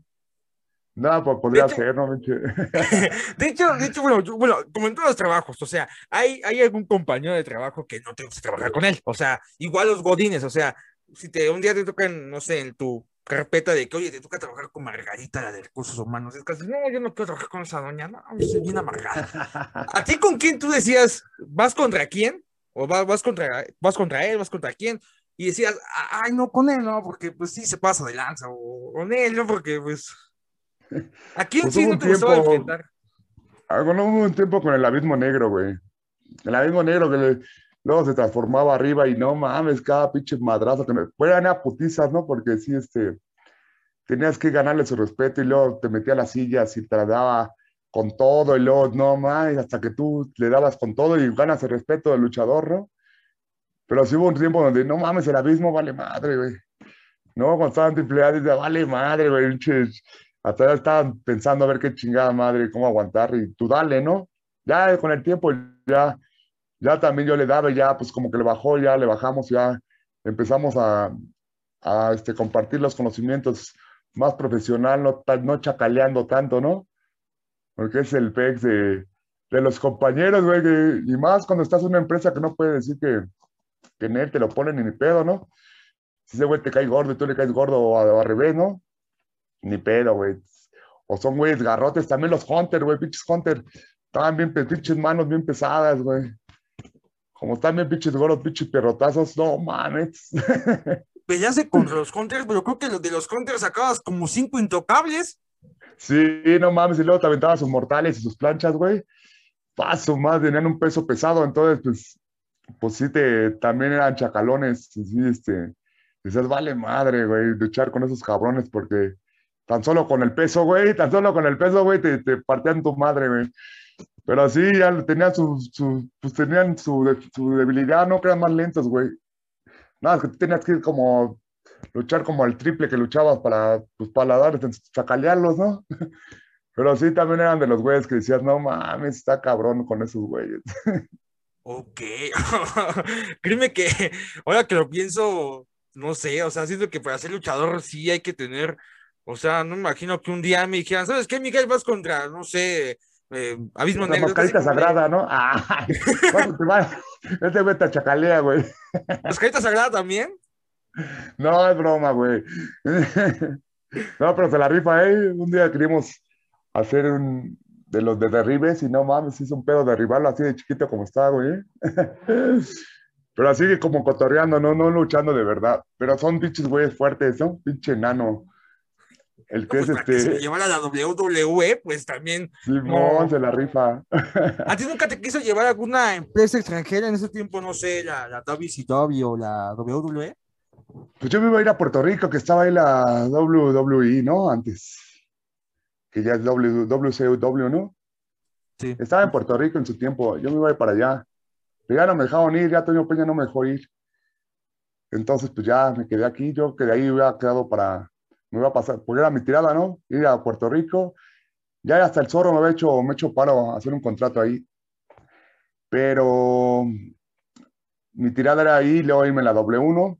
No, pues De podría hecho, ser, ¿no? Pinche? de hecho, de hecho, bueno, yo- bueno, como en todos los trabajos, o sea, hay, hay algún compañero de trabajo que no te gusta trabajar con él, o sea, igual los godines, o sea, si te, un día te tocan, no sé, en tu carpeta de que, oye, te toca trabajar con Margarita, la de recursos humanos, es casi, no, yo no quiero trabajar con esa doña, no, es bien amargada. ¿A ti con quién tú decías, vas contra quién? ¿O vas, vas contra, vas contra él, vas contra quién? Y decías, ay, no, con él, no, porque pues sí se pasa de lanza, o con él, no, porque pues, ¿a quién Pues sí hubo no un te gustaba tiempo, enfrentar? ah, bueno, hubo un tiempo con el abismo negro, güey. El abismo negro que le- luego se transformaba arriba y no mames, cada pinche madrazo que me... Fueran a putizas, ¿no? Porque sí, este, tenías que ganarle su respeto y luego te metía a las sillas y te la daba con todo y luego, no mames, hasta que tú le dabas con todo y ganas el respeto del luchador, ¿no? Pero sí hubo un tiempo donde, no mames, el abismo vale madre, güey. No, cuando estaban triple A, dice, vale madre, güey. Pinches, hasta ya estaban pensando a ver qué chingada madre, cómo aguantar. Y tú dale, ¿no? Ya con el tiempo, ya, ya también yo le daba, y ya pues como que le bajó, ya le bajamos, ya empezamos a, a este, compartir los conocimientos más profesional, no, tan- no chacaleando tanto, ¿no? Porque es el pex de, de los compañeros, güey, que- y más cuando estás en una empresa que no puede decir que, que en él te lo ponen ni ni pedo, ¿no? Si ese güey te cae gordo y tú le caes gordo o, a- o al revés, ¿no? Ni pedo, güey. O son güeyes garrotes, también los Hunter, güey, pinches Hunter. Estaban bien, pe- pinches manos bien pesadas, güey. Como están bien pinches gordos, pinches perrotazos, no mames. Pelearse contra los counters, pero creo que los de los counters sacabas como cinco intocables. Sí, no mames, y luego te aventabas sus mortales y sus planchas, güey. Paso más, tenían un peso pesado, entonces, pues, pues sí, te, también eran chacalones, sí, este, dices, vale madre, güey, luchar con esos cabrones, porque tan solo con el peso, güey, tan solo con el peso, güey, te, te partían tu madre, güey. Pero sí, ya tenían su, su, pues tenían su, de- su debilidad, no que eran más lentos, güey. Nada, es que tú tenías que ir como, luchar como al triple que luchabas para, pues, para dar, chacalearlos, ¿no? Pero sí, también eran de los güeyes que decías, no mames, está cabrón con esos güeyes. Ok. Créeme que ahora que lo pienso, no sé, o sea, siento que para ser luchador sí hay que tener, o sea, no me imagino que un día me dijeran, ¿sabes qué, Miguel? Vas contra, no sé, eh, Abismo La Negro, es casi mascarita como de, sagrada, ¿no? Ay, vas, te vas, este güey te chacalea, güey. ¿Mascarita Sagrada también? No, es broma, güey. No, pero se la rifa, ¿eh? Un día queríamos hacer un de los de derribes y no mames, hizo un pedo derribarlo así de chiquito como está, güey. ¿Eh? Pero así que como cotorreando, no, no luchando de verdad. Pero son pinches güeyes fuertes, ¿no? Pinche enano. El No, que es pues para que se lo este, llevara a la W W E, pues también, Simón, no. se la rifa. ¿A ti nunca te quiso llevar alguna empresa extranjera en ese tiempo, no sé, la, la W C W o la W W E? Pues yo me iba a ir a Puerto Rico, que estaba ahí la W W E, ¿no? Antes, que ya es W W C W, ¿no? Sí. Estaba en Puerto Rico en su tiempo, yo me iba a ir para allá. Pero ya no me dejaron ir, ya Toño Peña no me dejó ir. Entonces, pues ya me quedé aquí, yo que de ahí hubiera quedado para, me iba a pasar, porque era mi tirada, ¿no? Ir a Puerto Rico. Ya hasta el zorro me había hecho, me hecho paro a hacer un contrato ahí. Pero mi tirada era ahí, luego irme en la doble uno,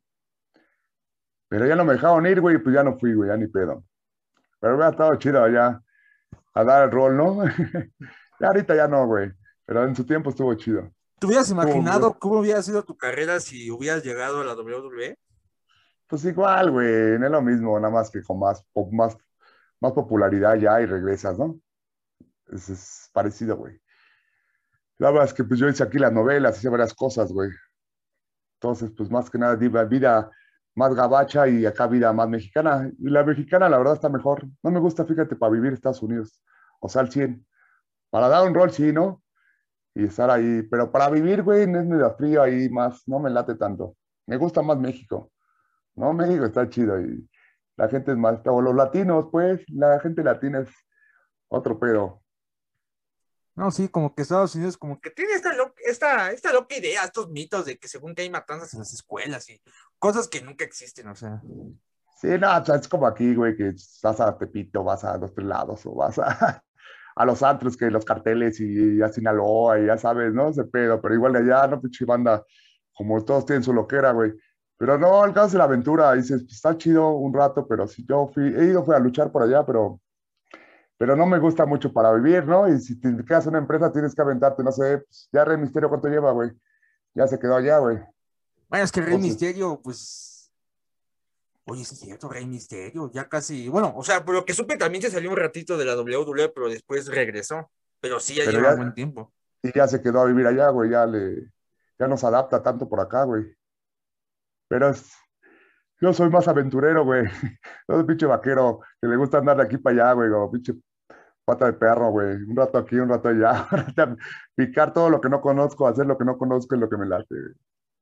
pero ya no me dejaron ir, güey, pues ya no fui, güey, ya ni pedo. Pero hubiera estado chido ya a dar el rol, ¿no? Ya ahorita ya no, güey, pero en su tiempo estuvo chido. ¿Te hubieras Estuvo, imaginado cómo hubiera sido tu carrera si hubieras llegado a la W W E? pues igual, güey, no es lo mismo, nada más que con más, pop- más, más popularidad ya y regresas, ¿no? Es, es parecido, güey. La verdad es que pues yo hice aquí las novelas, hice varias cosas, güey. Entonces, pues más que nada, diva- vida más gabacha y acá vida más mexicana. Y la mexicana, la verdad, está mejor. No me gusta, fíjate, para vivir en Estados Unidos. O sea, al cien. Para dar un rol, sí, ¿no? Y estar ahí. Pero para vivir, güey, no es medio frío ahí más. No me late tanto. Me gusta más México. No, México está chido y la gente es más. O los latinos, pues, la gente latina es otro pedo. No, sí, como que Estados Unidos como que tiene esta, lo- esta, esta loca idea, estos mitos de que según que hay matanzas en las escuelas y cosas que nunca existen, o sea. Sí, no, o sea, es como aquí, güey, que vas a Tepito, vas a los tres lados o vas a, a los antros, que los carteles y a Sinaloa y ya sabes, ¿no? Ese pedo, pero igual de allá, no, pinche banda, como todos tienen su loquera, güey. Pero no, el caso de la aventura, dices, pues, está chido un rato, pero si yo fui, he ido fui a luchar por allá, pero, pero no me gusta mucho para vivir, ¿no? Y si te quedas en una empresa, tienes que aventarte, no sé, pues, ya Rey Misterio, ¿cuánto lleva, güey? Ya se quedó allá, güey. Bueno, es que Rey Entonces, Misterio, pues, oye, sí es cierto, Rey Misterio, ya casi, bueno, o sea, por lo que supe también se salió un ratito de la W W E, pero después regresó, pero sí ya pero lleva un buen ya, tiempo. y ya se quedó a vivir allá, güey, ya le, ya no se adapta tanto por acá, güey. Pero es, yo soy más aventurero, güey. Yo soy pinche vaquero que le gusta andar de aquí para allá, güey, como pinche pata de perro, güey. Un rato aquí, un rato allá. Picar todo lo que no conozco, hacer lo que no conozco es lo que me late, güey.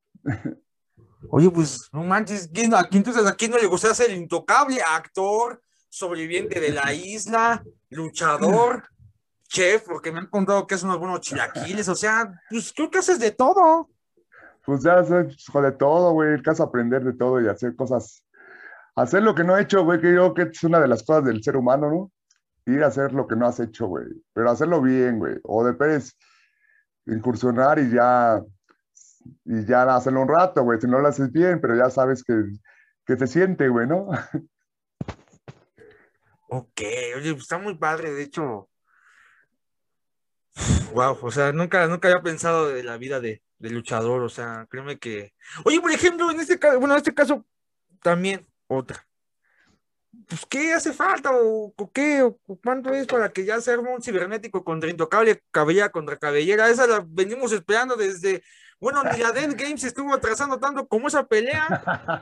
Oye, pues, no manches, ¿quién, aquí entonces a quién no le gusta ser el intocable actor, sobreviviente de la isla, luchador, chef, porque me han contado que es unos buenos chilaquiles, o sea, pues creo que haces de todo. Pues ya soy hijo de todo, güey. El caso es aprender de todo y hacer cosas. Hacer lo que no he hecho, güey, que yo que es una de las cosas del ser humano, ¿no? Ir a hacer lo que no has hecho, güey. Pero hacerlo bien, güey. O de Pérez, incursionar y ya y ya hacerlo un rato, güey, si no lo haces bien, pero ya sabes que, que se siente, güey, ¿no? Ok, oye, pues está muy padre, de hecho, wow, o sea, nunca, nunca había pensado de la vida de, de luchador, o sea, créeme que. Oye, por ejemplo, en este caso, bueno, en este caso también, otra. Pues, ¿qué hace falta? ¿O, o qué? ¿O cuánto es para que ya se arme un cibernético contra Intocable, cabellera contra cabellera? Esa la venimos esperando desde. Bueno, ni la Den Games estuvo atrasando tanto como esa pelea.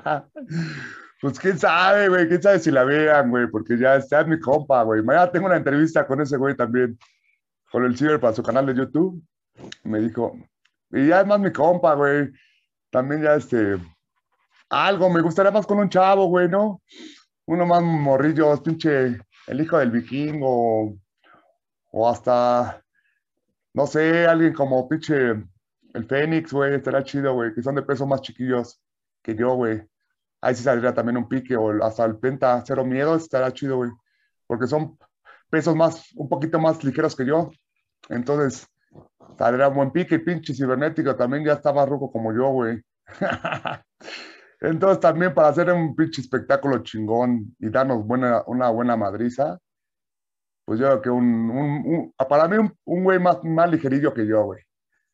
Pues quién sabe, güey, quién sabe si la vean, güey, porque ya está mi compa, güey. Mañana tengo una entrevista con ese güey también, con el Ciber para su canal de YouTube. Me dijo, y ya es más mi compa, güey. También ya este, algo, me gustaría más con un chavo, güey, ¿no? Uno más morrillo, pinche, el hijo del vikingo, o hasta, no sé, alguien como pinche, el Fénix, güey, estará chido, güey, que son de peso más chiquillos que yo, güey. Ahí sí saldría también un pique, o hasta el Penta, cero miedo, estará chido, güey, porque son pesos más, un poquito más ligeros que yo. Entonces, saldría un buen pique, y pinche cibernético también ya está más ruco como yo, güey. Entonces también para hacer un pinche espectáculo chingón y darnos buena, una buena madriza, pues yo creo que un, un- un- para mí un, un güey más, más ligerillo que yo, güey.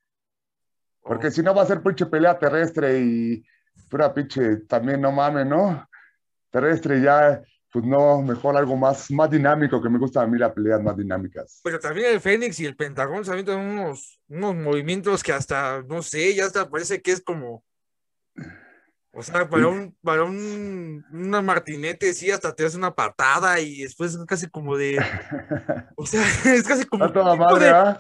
Oh, Porque si no va a ser pinche pelea terrestre y pura pinche, también no mames, ¿no? Terrestre ya, pues no, mejor algo más, más dinámico, que me gusta a mí las peleas más dinámicas. pero también el Fénix y el Pentagón se avientan unos, unos movimientos que hasta, no sé, ya hasta parece que es como. O sea, para Y un, para un, una martinete, sí, hasta te hace una patada y después es casi como de, o sea, es casi a como, ¿qué toda tipo madre, de? ¿ah?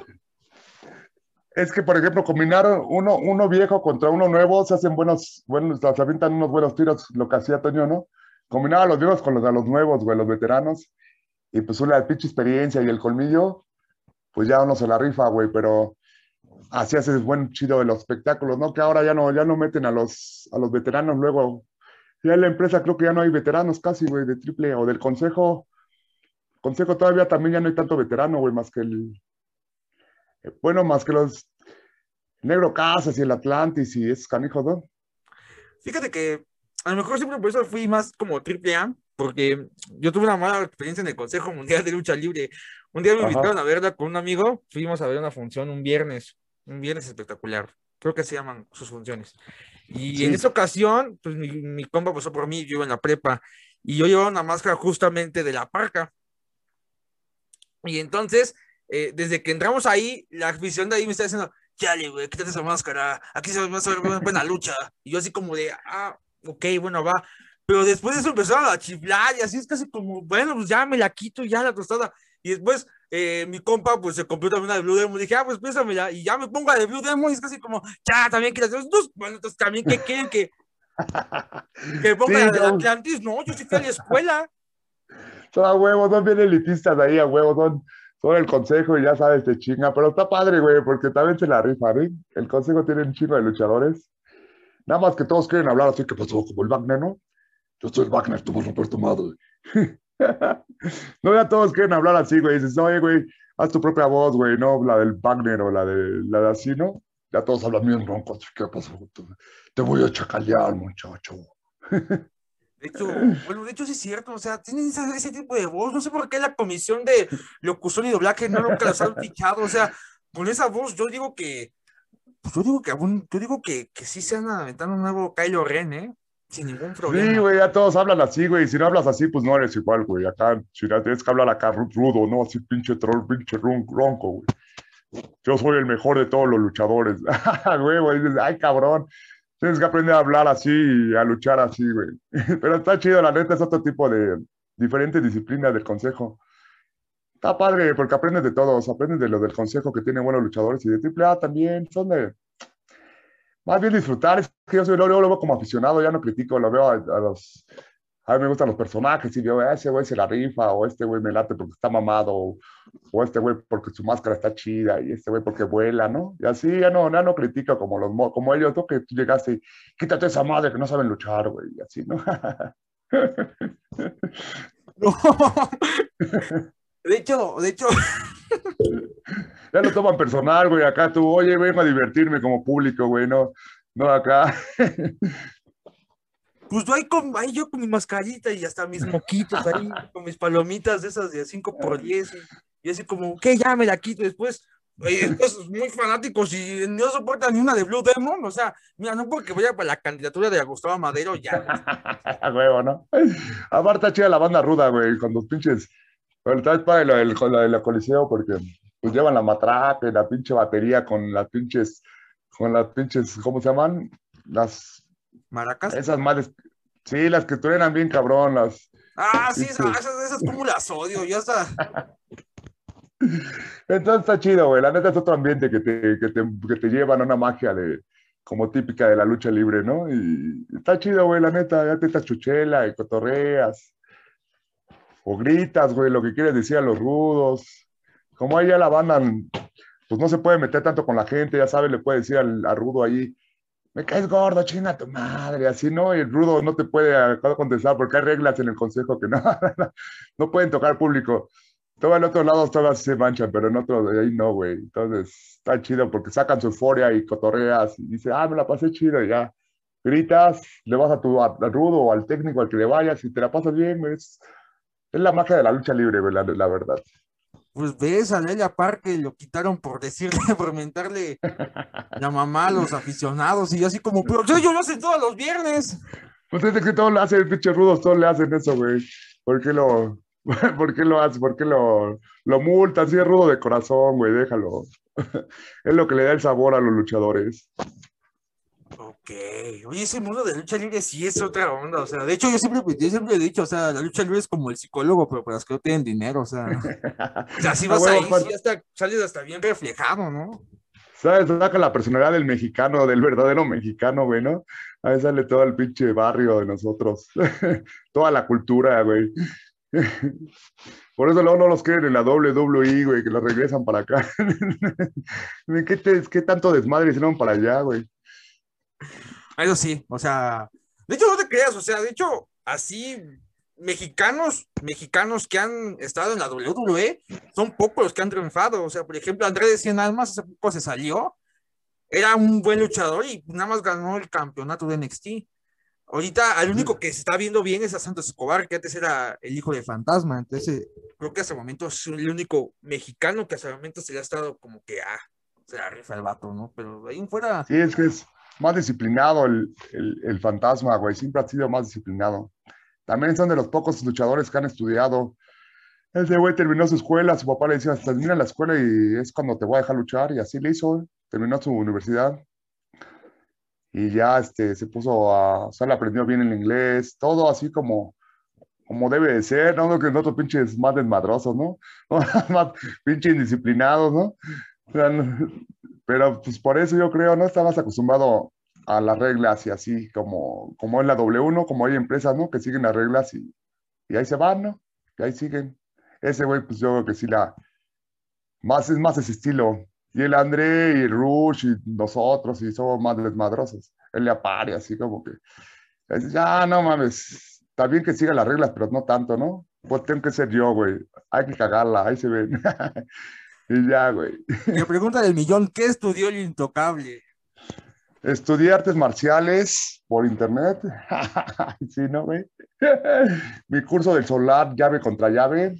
Es que, por ejemplo, combinaron uno, uno viejo contra uno nuevo, se hacen buenos, buenos, se avientan unos buenos tiros, lo que hacía Toño, ¿no? Combinaba a los viejos con los de los nuevos, güey, los veteranos, y pues una pinche experiencia y el colmillo, pues ya uno se la rifa, güey, pero así hace buen chido de los espectáculos, ¿no? Que ahora ya no, ya no meten a los, a los veteranos luego. Ya en la empresa creo que ya no hay veteranos casi, güey, de triple o del consejo. Consejo todavía también ya no hay tanto veterano, güey, más que el, bueno, más que los, Negro Casas y el Atlantis y esos canijos, ¿no? Fíjate que a lo mejor siempre por eso fui más como triple A, porque yo tuve una mala experiencia en el Consejo Mundial de Lucha Libre. Un día me invitaron Ajá, a verla con un amigo, fuimos a ver una función un viernes, un viernes espectacular, creo que se llaman sus funciones. Y en esa sí. ocasión, pues mi, mi compa pasó por mí, yo iba en la prepa, y yo llevaba una máscara justamente de la parca. Y entonces, eh, desde que entramos ahí, la afición de ahí me está diciendo, chale, güey, quítate esa máscara, aquí se va a ver una buena lucha. Y yo así como de, ah, ok, bueno, va. Pero después de eso empezaron a chiflar y así es casi como, bueno, pues ya me la quito, ya la tostada. Y después eh, mi compa pues se compró también una de Blue Demon. Dije, ah, pues pésamela. Y ya me pongo a de Blue Demon y es casi como, ya, también que las dos, bueno, entonces también que quieren que, que ponga Sí, la del no, Atlantis. No, yo sí fui a la escuela. son a huevos, son bien elitistas ahí, a huevos, son, son el consejo y ya sabes, te chinga, pero está padre, güey, porque también se la rifan, ¿eh? El consejo tiene un chingo de luchadores, nada más que todos quieren hablar así, que pasó? Como el Wagner, ¿no? Yo soy el Wagner, tú vas a romper tu madre. No, ya todos quieren hablar así, güey, dices, oye, güey, haz tu propia voz, güey, no la del Wagner o la de, la de así, ¿no? Ya todos hablan bien roncos, ¿qué pasó? Te voy a chacalear, muchacho. De hecho, bueno, de hecho sí es cierto, o sea, tienen esa- ese tipo de voz, no sé por qué la comisión de locución y doblaje no nunca los han fichado, o sea, con esa voz yo digo que, pues yo digo que aún, yo digo que, que sí se han aventado un nuevo Kylo Ren, ¿eh? Sin ningún Sí, problema. güey, ya todos hablan así, güey. Si no hablas así, pues no eres igual, güey. Acá, si no tienes que hablar acá ru- rudo, ¿no? Así pinche troll, pinche ron- ronco, güey. Yo soy el mejor de todos los luchadores. Güey, güey, dices, ay, cabrón. Tienes que aprender a hablar así y a luchar así, güey. Pero está chido, la neta, es otro tipo de diferentes disciplinas del consejo. Está padre, porque aprendes de todos. Aprendes de lo del consejo que tiene buenos luchadores y de triple A también. Son de, más bien disfrutar. Es que yo soy, luego, luego lo veo como aficionado, ya no critico, lo veo a, a los a mí me gustan los personajes y veo, "Ah, ese güey se la rifa, o este güey me late porque está mamado, o, o este güey porque su máscara está chida, y este güey porque vuela, ¿no? Y así ya no, ya no critico como, los, mo- como ellos, ¿no? Que tú llegaste y quítate esa madre que no saben luchar, güey, y así, ¿no? No. De hecho, de hecho, Ya lo toman personal, güey, acá tú, oye, vengo a divertirme como público, güey, no, no acá. pues yo ahí, con, ahí yo con mi mascarita y hasta mis moquitos ahí, con mis palomitas de esas de cinco por diez y, y así como, que ya me la quito después. Y después muy fanáticos y no soportan ni una de Blue Demon, o sea, mira, no porque vaya para la candidatura de Gustavo Madero, ya no. A huevo, ¿no? Aparte, está chida la banda ruda, güey, con los pinches. Pero está padre lo del, con la del Coliseo porque pues llevan la matraca y la pinche batería con las pinches, con las pinches, ¿cómo se llaman? Las, Maracas. esas madres, sí, las que truenan bien cabrón, las Ah, sí, esa- pinches. esas, esas como las odio, ya está. Entonces está chido, güey, la neta es otro ambiente que te, que te, que te llevan a una magia de, como típica de la lucha libre, ¿no? Y está chido, güey, la neta, ya te echas chuchela y cotorreas. O gritas, güey, lo que quieres decir a los rudos. Como ahí ya la banda, pues no se puede meter tanto con la gente, ya sabes, le puede decir al, al rudo ahí, me caes gordo, chinga tu madre, así, ¿no? Y el rudo no te puede ah, contestar porque hay reglas en el consejo que no, no pueden tocar público. Todo en otros lados todas se manchan, pero en otros de ahí no, güey. Entonces, está chido porque sacan su euforia y cotorreas y dice, ah, me la pasé chido y ya. Gritas, le vas a tu a- al rudo o al técnico al que le vayas y te la pasas bien, güey. Es, es la magia de la lucha libre, güey, la, la verdad. Pues ves, a Lelia Parque lo quitaron por decirle, por mentarle la mamá a los aficionados y yo así como, pero yo, yo lo hacen todos los viernes. Pues es que todos lo hacen, pinches rudos, todos le hacen eso, güey. ¿Por qué lo, por qué lo hace? ¿Por qué lo, lo multan? Sí, es rudo de corazón, güey, déjalo. Es lo que le da el sabor a los luchadores. Ok, oye, ese mundo de lucha libre sí es otra onda, o sea, de hecho yo siempre, yo siempre he dicho, o sea, la lucha libre es como el psicólogo, pero para los que no tienen dinero, o sea, o sea, si A vas huevo, ahí, aparte, sí hasta sales hasta bien reflejado, ¿no? ¿sabes? Saca la personalidad del mexicano, del verdadero mexicano, güey, ¿no? Ahí sale todo el pinche barrio de nosotros. Toda la cultura, güey. Por eso luego no los quieren en la W W E, güey, que los regresan para acá. ¿Qué, te- qué tanto desmadre hicieron para allá, güey? Eso sí, o sea, de hecho no te creas, o sea, de hecho, así, mexicanos, mexicanos que han estado en la W W E, son pocos los que han triunfado, o sea, por ejemplo, Andrés de Cien Almas hace poco se salió. era un buen luchador y nada más ganó el campeonato de N X T. Ahorita, al único que se está viendo bien es a Santos Escobar, que antes era el hijo de Fantasma. Entonces, creo que hasta el momento es el único mexicano que hasta el momento se le ha estado como que, ah, se la rifa el vato, ¿no? Pero de ahí en fuera. Sí, es que es más disciplinado el, el, el fantasma, güey. Siempre ha sido más disciplinado. También son de los pocos luchadores que han estudiado. Ese güey terminó su escuela, su papá le decía, termina la escuela y es cuando te voy a dejar luchar. Y así le hizo, terminó su universidad. Y ya este, se puso a, o sea, le aprendió bien el inglés, todo así como, como debe de ser, no, no que nosotros pinches más desmadrosos, ¿no? Más pinches indisciplinados, ¿no? O sea, no- pero pues por eso yo creo, no estabas acostumbrado a las reglas y así como, como es la W uno, como hay empresas, ¿no? Que siguen las reglas y, y ahí se van, ¿no? Y ahí siguen. Ese güey, pues yo creo que sí la, más es más ese estilo. Y el André y el Rush y nosotros y somos más desmadrosos. Él le apare así como que, es, ya no mames, está bien que siga las reglas, pero no tanto, ¿no? Pues tengo que ser yo, güey. Hay que cagarla, ahí se ven. Y ya, güey. Y la pregunta del millón, ¿qué estudió el intocable? Estudié artes marciales por internet. Sí, ¿no, güey? Mi curso del solar, llave contra llave.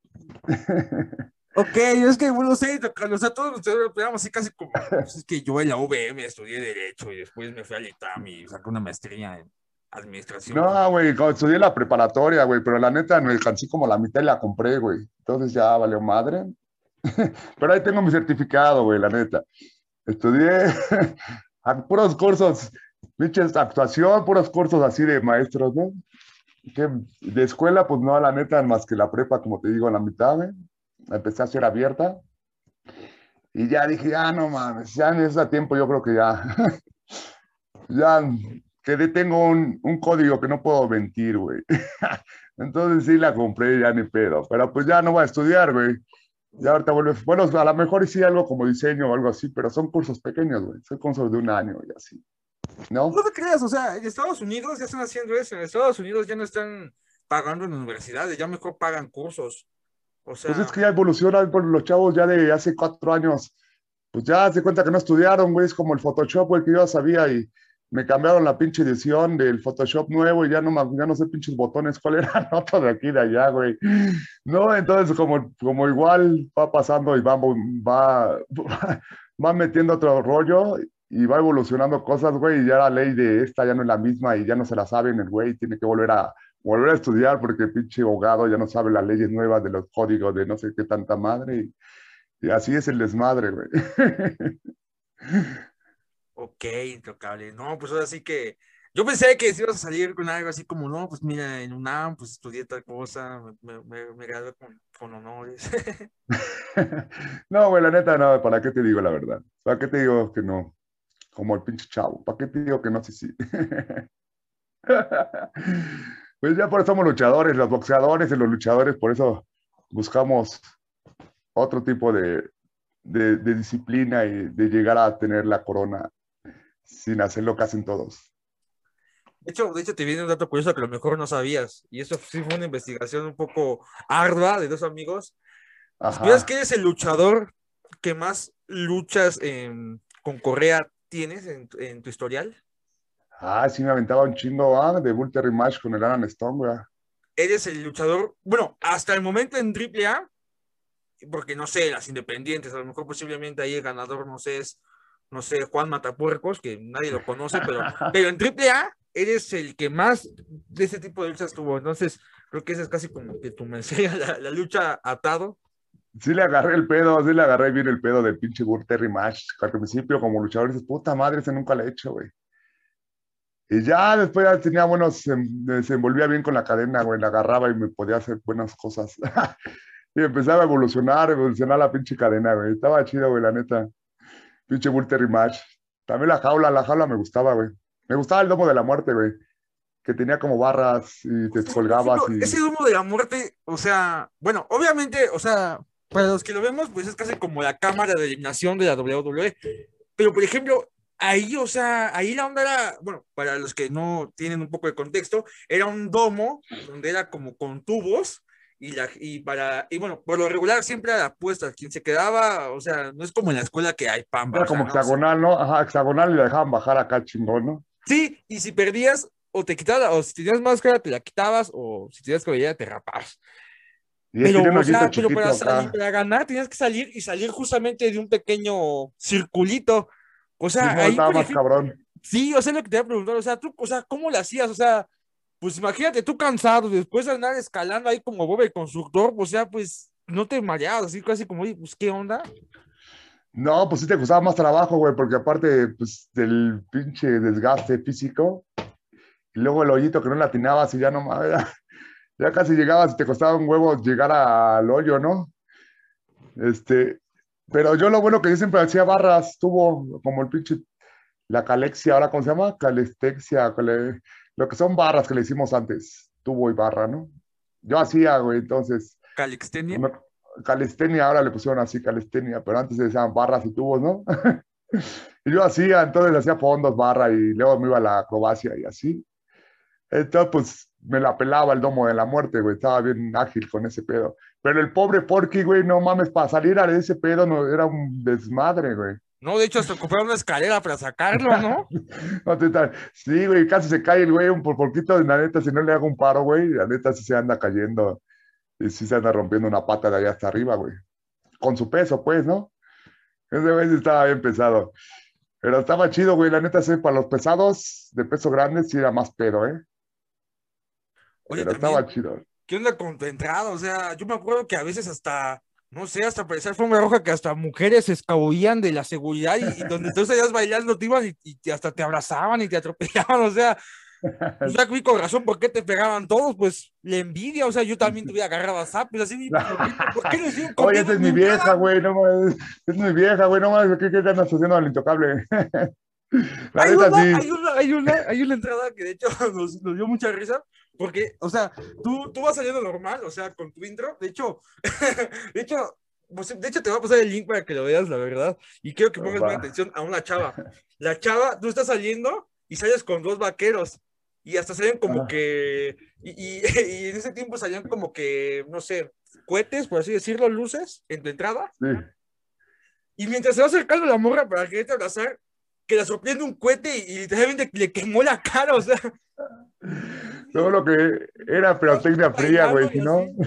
Ok, es que, bueno, sé, o sea, todos nosotros pegamos así casi como, pues es que yo en la U V M estudié Derecho y después me fui al ITAM y saqué una maestría en Administración. No, güey, cuando estudié la preparatoria, güey, pero la neta me alcancé como la mitad y la compré, güey. Entonces ya valió madre. Pero ahí tengo mi certificado, güey, la neta. Estudié a puros cursos, pinches actuación, puros cursos así de maestros, ¿no? Que de escuela, pues no, la neta, más que la prepa, como te digo, en la mitad, güey. Empecé a ser abierta y ya dije, ah, no mames, ya en ese tiempo yo creo que ya, ya quedé, tengo un, un código que no puedo mentir, güey. Entonces sí la compré, ya ni pedo, pero pues ya no voy a estudiar, güey. Ya ahorita vuelve, bueno, a lo mejor sí algo como diseño o algo así, pero son cursos pequeños, güey. Son cursos de un año y así, No ¿no? te creas, o sea, en Estados Unidos ya están haciendo eso, en Estados Unidos ya no están pagando en universidades, ya mejor pagan cursos. O Pues es sea, que ya evolucionan por los chavos ya de hace cuatro años. Pues ya se cuenta que no estudiaron, güey. Es como el Photoshop, güey, que yo ya sabía y me cambiaron la pinche edición del Photoshop nuevo y ya no, me- ya no sé pinches botones cuál era nota de aquí de allá, güey. No, entonces como, como igual va pasando y va, va, va metiendo otro rollo y va evolucionando cosas, güey, y ya la ley de esta ya no es la misma y ya no se la saben el güey, tiene que volver a volver a estudiar porque el pinche abogado ya no sabe las leyes nuevas de los códigos de no sé qué tanta madre y, y así es el desmadre, güey. ok, intocable. No, pues ahora sí que yo pensé que si ibas a salir con algo así como, no, pues mira, en UNAM, pues estudié tal cosa, me, me, me gradué con, con honores. No, güey, la neta, no, ¿para qué te digo la verdad? ¿Para qué te digo que no? Como el pinche chavo, ¿para qué te digo que no? Sí, sí. Pues ya por eso somos luchadores, los boxeadores y los luchadores, por eso buscamos otro tipo de, de, de disciplina y de llegar a tener la corona sin hacer lo que hacen todos. De hecho, de hecho, te viene un dato curioso que a lo mejor no sabías, y eso sí fue una investigación un poco ardua de dos amigos. ¿Sabías que Ajá. eres el luchador que más luchas en- con correa tienes en, en tu historial? Ah, sí me aventaba un chingo, ah, de Bull Terry Match con el Alan Stone, güey. Eres el luchador, bueno, hasta el momento en Triple A, porque no sé, las independientes, a lo mejor posiblemente ahí el ganador, no sé, es, no sé, Juan Matapuercos, que nadie lo conoce, pero, pero en Triple A eres el que más de ese tipo de luchas tuvo. Entonces, creo que esa es casi como que tu mensaje, la, la lucha atado. Sí le agarré el pedo, sí le agarré bien el pedo del pinche Bull Terry Match. Al principio, como luchador, dices, puta madre, ese nunca lo he hecho, güey. Y ya después ya tenía buenos, se, se envolvía bien con la cadena, güey, la agarraba y me podía hacer buenas cosas. Y empezaba a evolucionar, evolucionar la pinche cadena, güey. Estaba chido, güey, la neta. Pinche Bull Terry Match. También la jaula, la jaula me gustaba, güey. Me gustaba el domo de la muerte, güey. Que tenía como barras y te Por ejemplo, descolgabas ese y... humo de la muerte, o sea, bueno, obviamente, o sea, para los que lo vemos, pues es casi como la cámara de eliminación de la W W E. Pero, por ejemplo, ahí, o sea, ahí la onda era, bueno, para los que no tienen un poco de contexto, era un domo donde era como con tubos y, la, y, para, y bueno, por lo regular siempre era apuestas, quien se quedaba, o sea, no es como en la escuela que hay pamba, Era o sea, como no, o sea, hexagonal, ¿no? Ajá, hexagonal y la dejaban bajar acá chingón, ¿no? sí, y si perdías, o te quitabas, o si tenías máscara, te la quitabas, o si tenías cabellera, te rapabas. Y Pero, tiene un o hoyito sea, pero chiquito para salir, acá. para ganar, tenías que salir y salir justamente de un pequeño circulito. O sea, Simón ahí, estaba por más ejemplo, cabrón. sí, o sea, lo que te voy a preguntar, o sea, tú, o sea, ¿cómo lo hacías? O sea, pues imagínate tú cansado, después de andar escalando ahí como Bob el constructor, o sea, pues no te mareabas, así casi como, oye, pues, ¿qué onda? No, pues sí te costaba más trabajo, güey, porque aparte, pues, del pinche desgaste físico, y luego el hoyito que no le atinabas y ya no mames, ya, ya casi llegabas y te costaba un huevo llegar al hoyo, ¿no? Este, pero yo lo bueno que yo siempre hacía barras, tuvo como el pinche, la calexia, ahora, ¿cómo se llama? Calestexia, cale- lo que son barras que le hicimos antes, tubo y barra, ¿no? Yo hacía, güey, entonces, pues Calixtenia. me- calistenia, ahora le pusieron así calistenia, pero antes se decían barras y tubos, ¿no? Y yo hacía, entonces hacía fondos, barra y luego me iba a la acrobacia y así. Entonces, pues me la pelaba el domo de la muerte, güey. Estaba bien ágil con ese pedo. Pero el pobre Porky, güey, no mames, para salir a ese pedo no, era un desmadre, güey. No, de hecho, hasta comprar una escalera para sacarlo, ¿no? No, te tal- sí, güey, casi se cae el güey un por poquito, la neta, si no le hago un paro, güey, la neta sí se anda cayendo y sí se anda rompiendo una pata de allá hasta arriba, güey. Con su peso, pues, ¿no? Ese güey sí estaba bien pesado. Pero estaba chido, güey, la neta, sí, para los pesados de peso grande sí era más pedo, ¿eh? Oye, Pero estaba también, chido. ¿qué onda con tu entrada? O sea, yo me acuerdo que a veces hasta, no sé, hasta parecía alfombra roja que hasta mujeres se escabullían de la seguridad y, y donde tú estabas bailando te iban y, y te- hasta te abrazaban y te atropellaban, o sea, pues ya vi con razón por qué te pegaban todos, pues la envidia, o sea, yo también te hubiera agarrado a zapes, así, "Oye, ¿por qué, por qué no siguen Oye, conmigo esa es en mi mi vieja, entrada?" güey, no mames. Es mi vieja, güey, no mames, ¿qué, qué andas haciendo al intocable? La Hay neta, una, sí. hay una, hay una, hay una entrada que de hecho nos, nos dio mucha risa, porque, o sea, tú, tú vas saliendo normal, o sea, con tu intro, de hecho, de hecho, pues, de hecho te voy a pasar el link para que lo veas, la verdad, y quiero que pongas Va. más atención a una chava. La chava, tú estás saliendo y sales con dos vaqueros, y hasta salen como Ah, que, y, y, y en ese tiempo salían como que, no sé, cohetes, por así decirlo, luces en tu entrada, sí. y mientras se va acercando la morra para quererte abrazar, que la sorprende un cohete y, y literalmente le quemó la cara, o sea, Todo lo que era todos pirotecnia fría, güey, bailando y si no. así.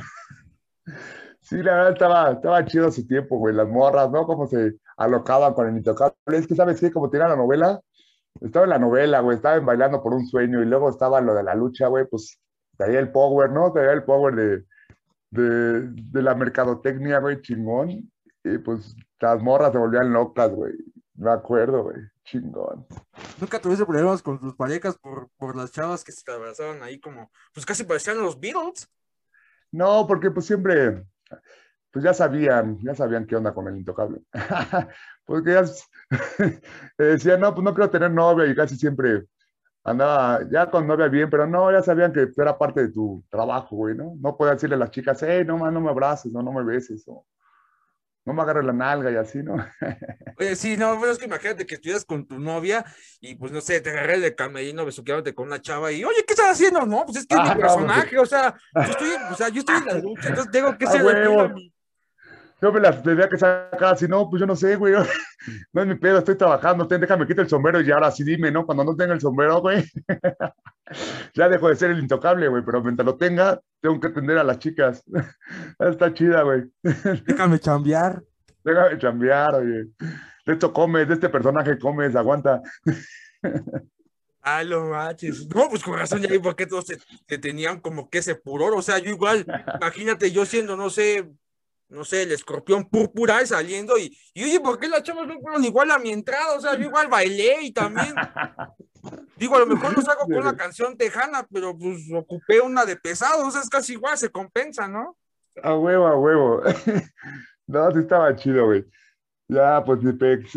Sí, la verdad estaba, estaba chido su tiempo, güey. Las morras, ¿no? Cómo se alocaban con el intocable. Es que, ¿sabes qué? Como tenía la novela, estaba en la novela, güey, estaba en Bailando por un Sueño y luego estaba lo de la lucha, güey, pues traía el power, ¿no? Traía el power de, de, de la mercadotecnia, güey, chingón. Y pues las morras se volvían locas, güey. Me acuerdo, güey, chingón. Nunca tuviste problemas con tus parejas por, por las chavas que se te abrazaban ahí como, pues casi parecían los Beatles. No, porque pues siempre, pues ya sabían, ya sabían qué onda con el intocable. Porque ya s- decían, no, pues no quiero tener novia y casi siempre andaba ya con novia bien, pero no, ya sabían que era parte de tu trabajo, güey, ¿no? No podía decirle a las chicas, hey, no, ma, no me abraces, no, no me beses, o no me agarres la nalga y así, ¿no? Oye, sí, no, pero es que imagínate que estuvieras con tu novia y pues no sé, te agarré de camerino besuqueándote con una chava y, oye, ¿qué estás haciendo? No, pues es que es mi Ah, no, pues, personaje, o sea, yo estoy, en- o sea, yo estoy en la lucha, entonces tengo que a ser fiel a huevo. mi. Yo me las tenía que sacar, si no, pues yo no sé, güey. No es mi pedo, estoy trabajando, ten, déjame quitar el sombrero y ahora sí dime, ¿no? Cuando no tenga el sombrero, güey, ya dejo de ser el intocable, güey, pero mientras lo tenga, tengo que atender a las chicas. Está chida, güey. Déjame chambear. Déjame chambear, oye. De esto comes, de este personaje comes, aguanta. Ah, lo manches. No, pues con razón, ya vi por qué todos te, te tenían como que ese pudor. O sea, yo igual, imagínate yo siendo, no sé, no sé, el escorpión púrpura y saliendo y, y oye, ¿por qué las chavas no fueron igual a mi entrada? O sea, yo igual bailé y también, digo, a lo mejor no salgo con una canción tejana, pero pues ocupé una de pesado, o sea, es casi igual, se compensa, ¿no? A huevo, a huevo. No, sí estaba chido, güey. Ya, pues mi pex.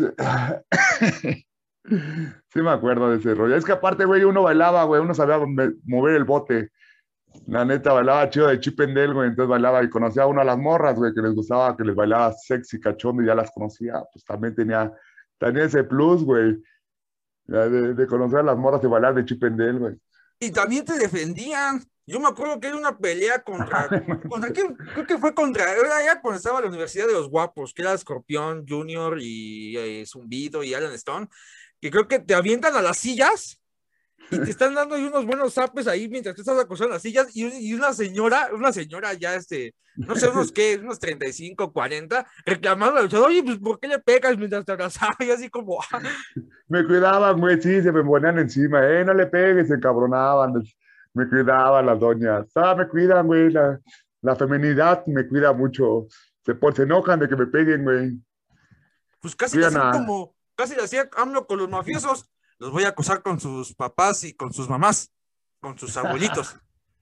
Sí me acuerdo de ese rollo. Es que aparte, güey, uno bailaba, güey, uno sabía me- mover el bote. La neta, bailaba chido de Chip and Dale, güey, entonces bailaba y conocía a una de las morras, güey, que les gustaba, que les bailaba sexy, cachondo y ya las conocía. Pues también tenía, tenía ese plus, güey, ya de, de conocer a las morras y bailar de Chip and Dale, güey. Y también te defendían. Yo me acuerdo que era una pelea contra, ¿contra quién? Creo que fue contra, era ya cuando estaba en la Universidad de los Guapos, que era Escorpión Junior y eh, Zumbido y Alan Stone, que creo que te avientan a las sillas y te están dando ahí unos buenos zapes ahí mientras tú estás acostado en las sillas y, y una señora, una señora ya este, no sé, unos qué, unos treinta y cinco, cuarenta, reclamando al luchador, oye, pues ¿por qué le pegas mientras te abrazaba? Y así como, ah, Me cuidaban, güey, sí, se me ponían encima, eh, no le pegues, se encabronaban, me cuidaban las doñas, ah, me cuidan, güey, la, la feminidad me cuida mucho, se, por, se enojan de que me peguen, güey, pues casi le cuidan hacían a, como, casi le hacía AMLO con los mafiosos, los voy a acosar con sus papás y con sus mamás, con sus abuelitos.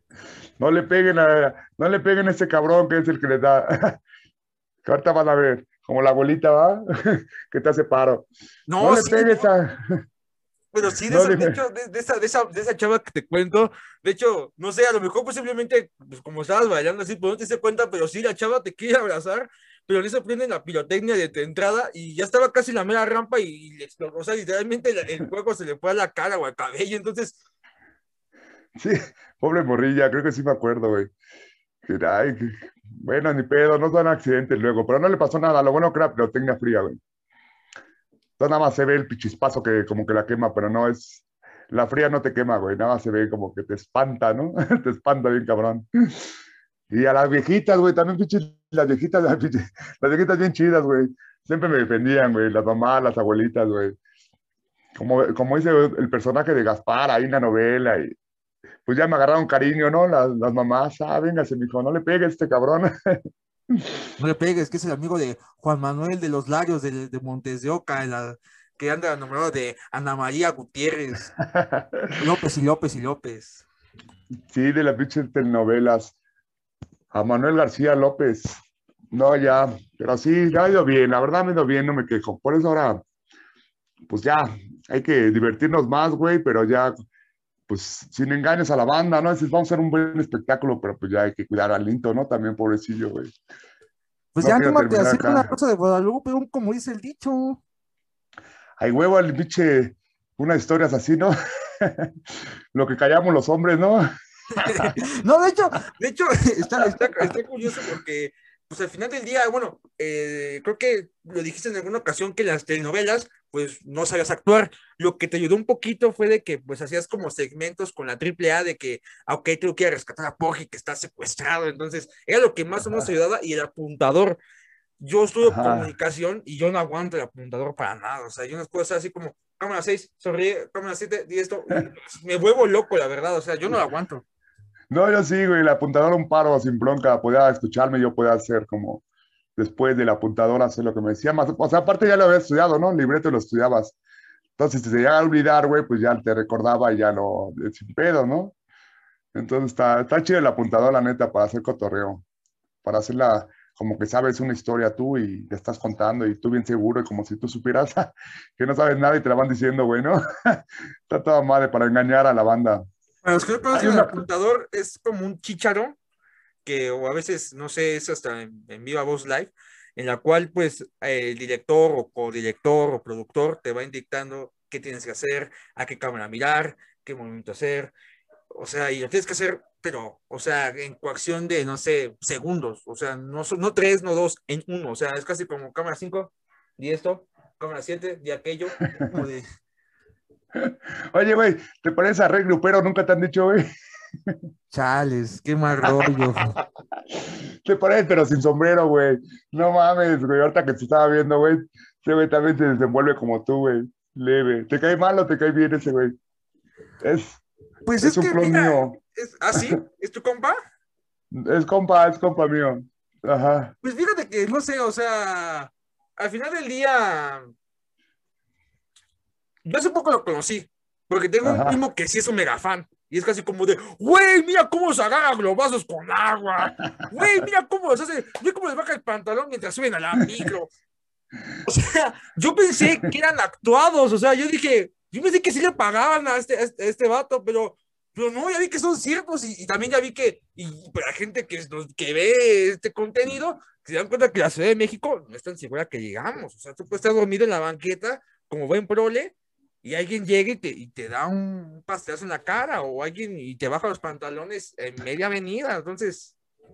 no le peguen a, no le peguen a ese cabrón que es el que les da, que ahorita van a ver, como la abuelita, ¿va? que te hace paro, no No, le sí, pegues no, a, pero sí, de, no esa, de dime, hecho, de, de, esa, de, esa, de esa chava que te cuento, de hecho, no sé, a lo mejor pues simplemente, pues como estabas bailando así, pues no te diste cuenta, pero sí, la chava te quiere abrazar, pero en eso prenden la pirotecnia de tu entrada y ya estaba casi en la mera rampa y, y le explotó, o sea, literalmente el, el fuego se le fue a la cara o al cabello, entonces, sí, pobre morrilla, creo que sí me acuerdo, güey. Que, ay, que- bueno, ni pedo, no son accidentes luego, pero no le pasó nada, lo bueno que era pirotecnia fría, güey. Entonces nada más se ve el pichispazo que como que la quema, pero no es, la fría no te quema, güey, nada más se ve como que te espanta, ¿no? Te espanta bien cabrón. Y a las viejitas, güey, también pinches, las viejitas, las pinches- las viejitas bien chidas, güey. Siempre me defendían, güey, las mamás, las abuelitas, güey. Como, como dice el personaje de Gaspar ahí en la novela, y pues ya me agarraron cariño, ¿no? Las, las mamás, ah, véngase, mijo, no le pegue a este cabrón. no le pegues, que es el amigo de Juan Manuel de los Larios de, de Montes de Oca, la, que anda nombrado de Ana María Gutiérrez, López y López y López. Sí, de las pinches telenovelas. A Manuel García López. No, ya, pero sí, ya ha ido bien, la verdad me ha ido bien, no me quejo. Por eso ahora, pues ya, hay que divertirnos más, güey, pero ya, pues sin engaños a la banda, ¿no? Dices, vamos a hacer un buen espectáculo, pero pues ya hay que cuidar al Linto, ¿no? También, pobrecillo, güey. Pues No ya quiero anímate a terminar hacer una acá. cosa de Guadalupe, un- como dice el dicho. Hay huevo al pinche, unas historias así, ¿no? Lo que callamos los hombres, ¿no? No, de hecho, de hecho, está, está, está curioso porque, pues al final del día, bueno, eh, creo que lo dijiste en alguna ocasión que las telenovelas, pues no sabías actuar. Lo que te ayudó un poquito fue de que, pues hacías como segmentos con la triple A de que, ah, ok, tengo que ir a rescatar a Porgy que está secuestrado. Entonces, era lo que más o menos Ajá, ayudaba y el apuntador. Yo estudio ajá. comunicación y yo no aguanto el apuntador para nada. O sea, yo no puedo estar así como, cámara seis sonríe, cámara siete di esto. Y me vuelvo loco, la verdad. O sea, yo no lo aguanto. No, yo sí, güey, la apuntadora un paro sin bronca, podía escucharme, yo podía hacer como después de la apuntadora hacer lo que me decía más. O sea, aparte ya lo había estudiado, ¿no? El libreto lo estudiabas. Entonces, si se llegaba a olvidar, güey, pues ya te recordaba y ya lo, sin pedo, ¿no? Entonces está, está chido el apuntador, la neta, para hacer cotorreo, para hacerla como que sabes una historia tú y te estás contando y tú bien seguro y como si tú supieras que no sabes nada y te la van diciendo, güey, ¿no? Está toda madre para engañar a la banda. Para los que no Hay conocen el una... apuntador, es como un chícharo que, o a veces, no sé, es hasta en, en Viva Voz Live, en la cual, pues, eh, el director o codirector o productor te va indicando qué tienes que hacer, a qué cámara mirar, qué movimiento hacer, o sea, y lo tienes que hacer, pero, o sea, en coacción de, no sé, segundos, o sea, no, son- no tres, no dos, en uno, o sea, es casi como cámara cinco, di esto, cámara siete, di aquello, como de, Oye, güey, ¿te parece a Rey Grupero? Nunca te han dicho, güey. chales, qué mal rollo. Te parece, pero sin sombrero, güey. No mames, güey. Ahorita que te estaba viendo, güey. Ese güey también se desenvuelve como tú, güey. Leve. ¿Te cae mal o te cae bien ese güey? Es, Pues es es un que, clon mira, mío. es así, ¿es tu compa? Es compa, es compa mío. Ajá, Pues fíjate que, no sé, o sea, al final del día, yo hace poco lo conocí, porque tengo un ajá. primo que sí es un mega fan, y es casi como de, güey, mira cómo se agarra globazos con agua, güey, mira cómo los hace, mira cómo les baja el pantalón mientras suben a la micro. O sea, yo pensé que eran actuados, o sea, yo dije, yo pensé que sí le pagaban a este, a este, a este vato, pero, pero no, ya vi que son ciertos y, y también ya vi que, y para la gente que, nos- que ve este contenido, se dan cuenta que la Ciudad de México no es tan segura que llegamos, o sea, tú puedes estar dormido en la banqueta como buen prole y alguien llega y te, y te da un pastelazo en la cara, o alguien y te baja los pantalones en media avenida, entonces...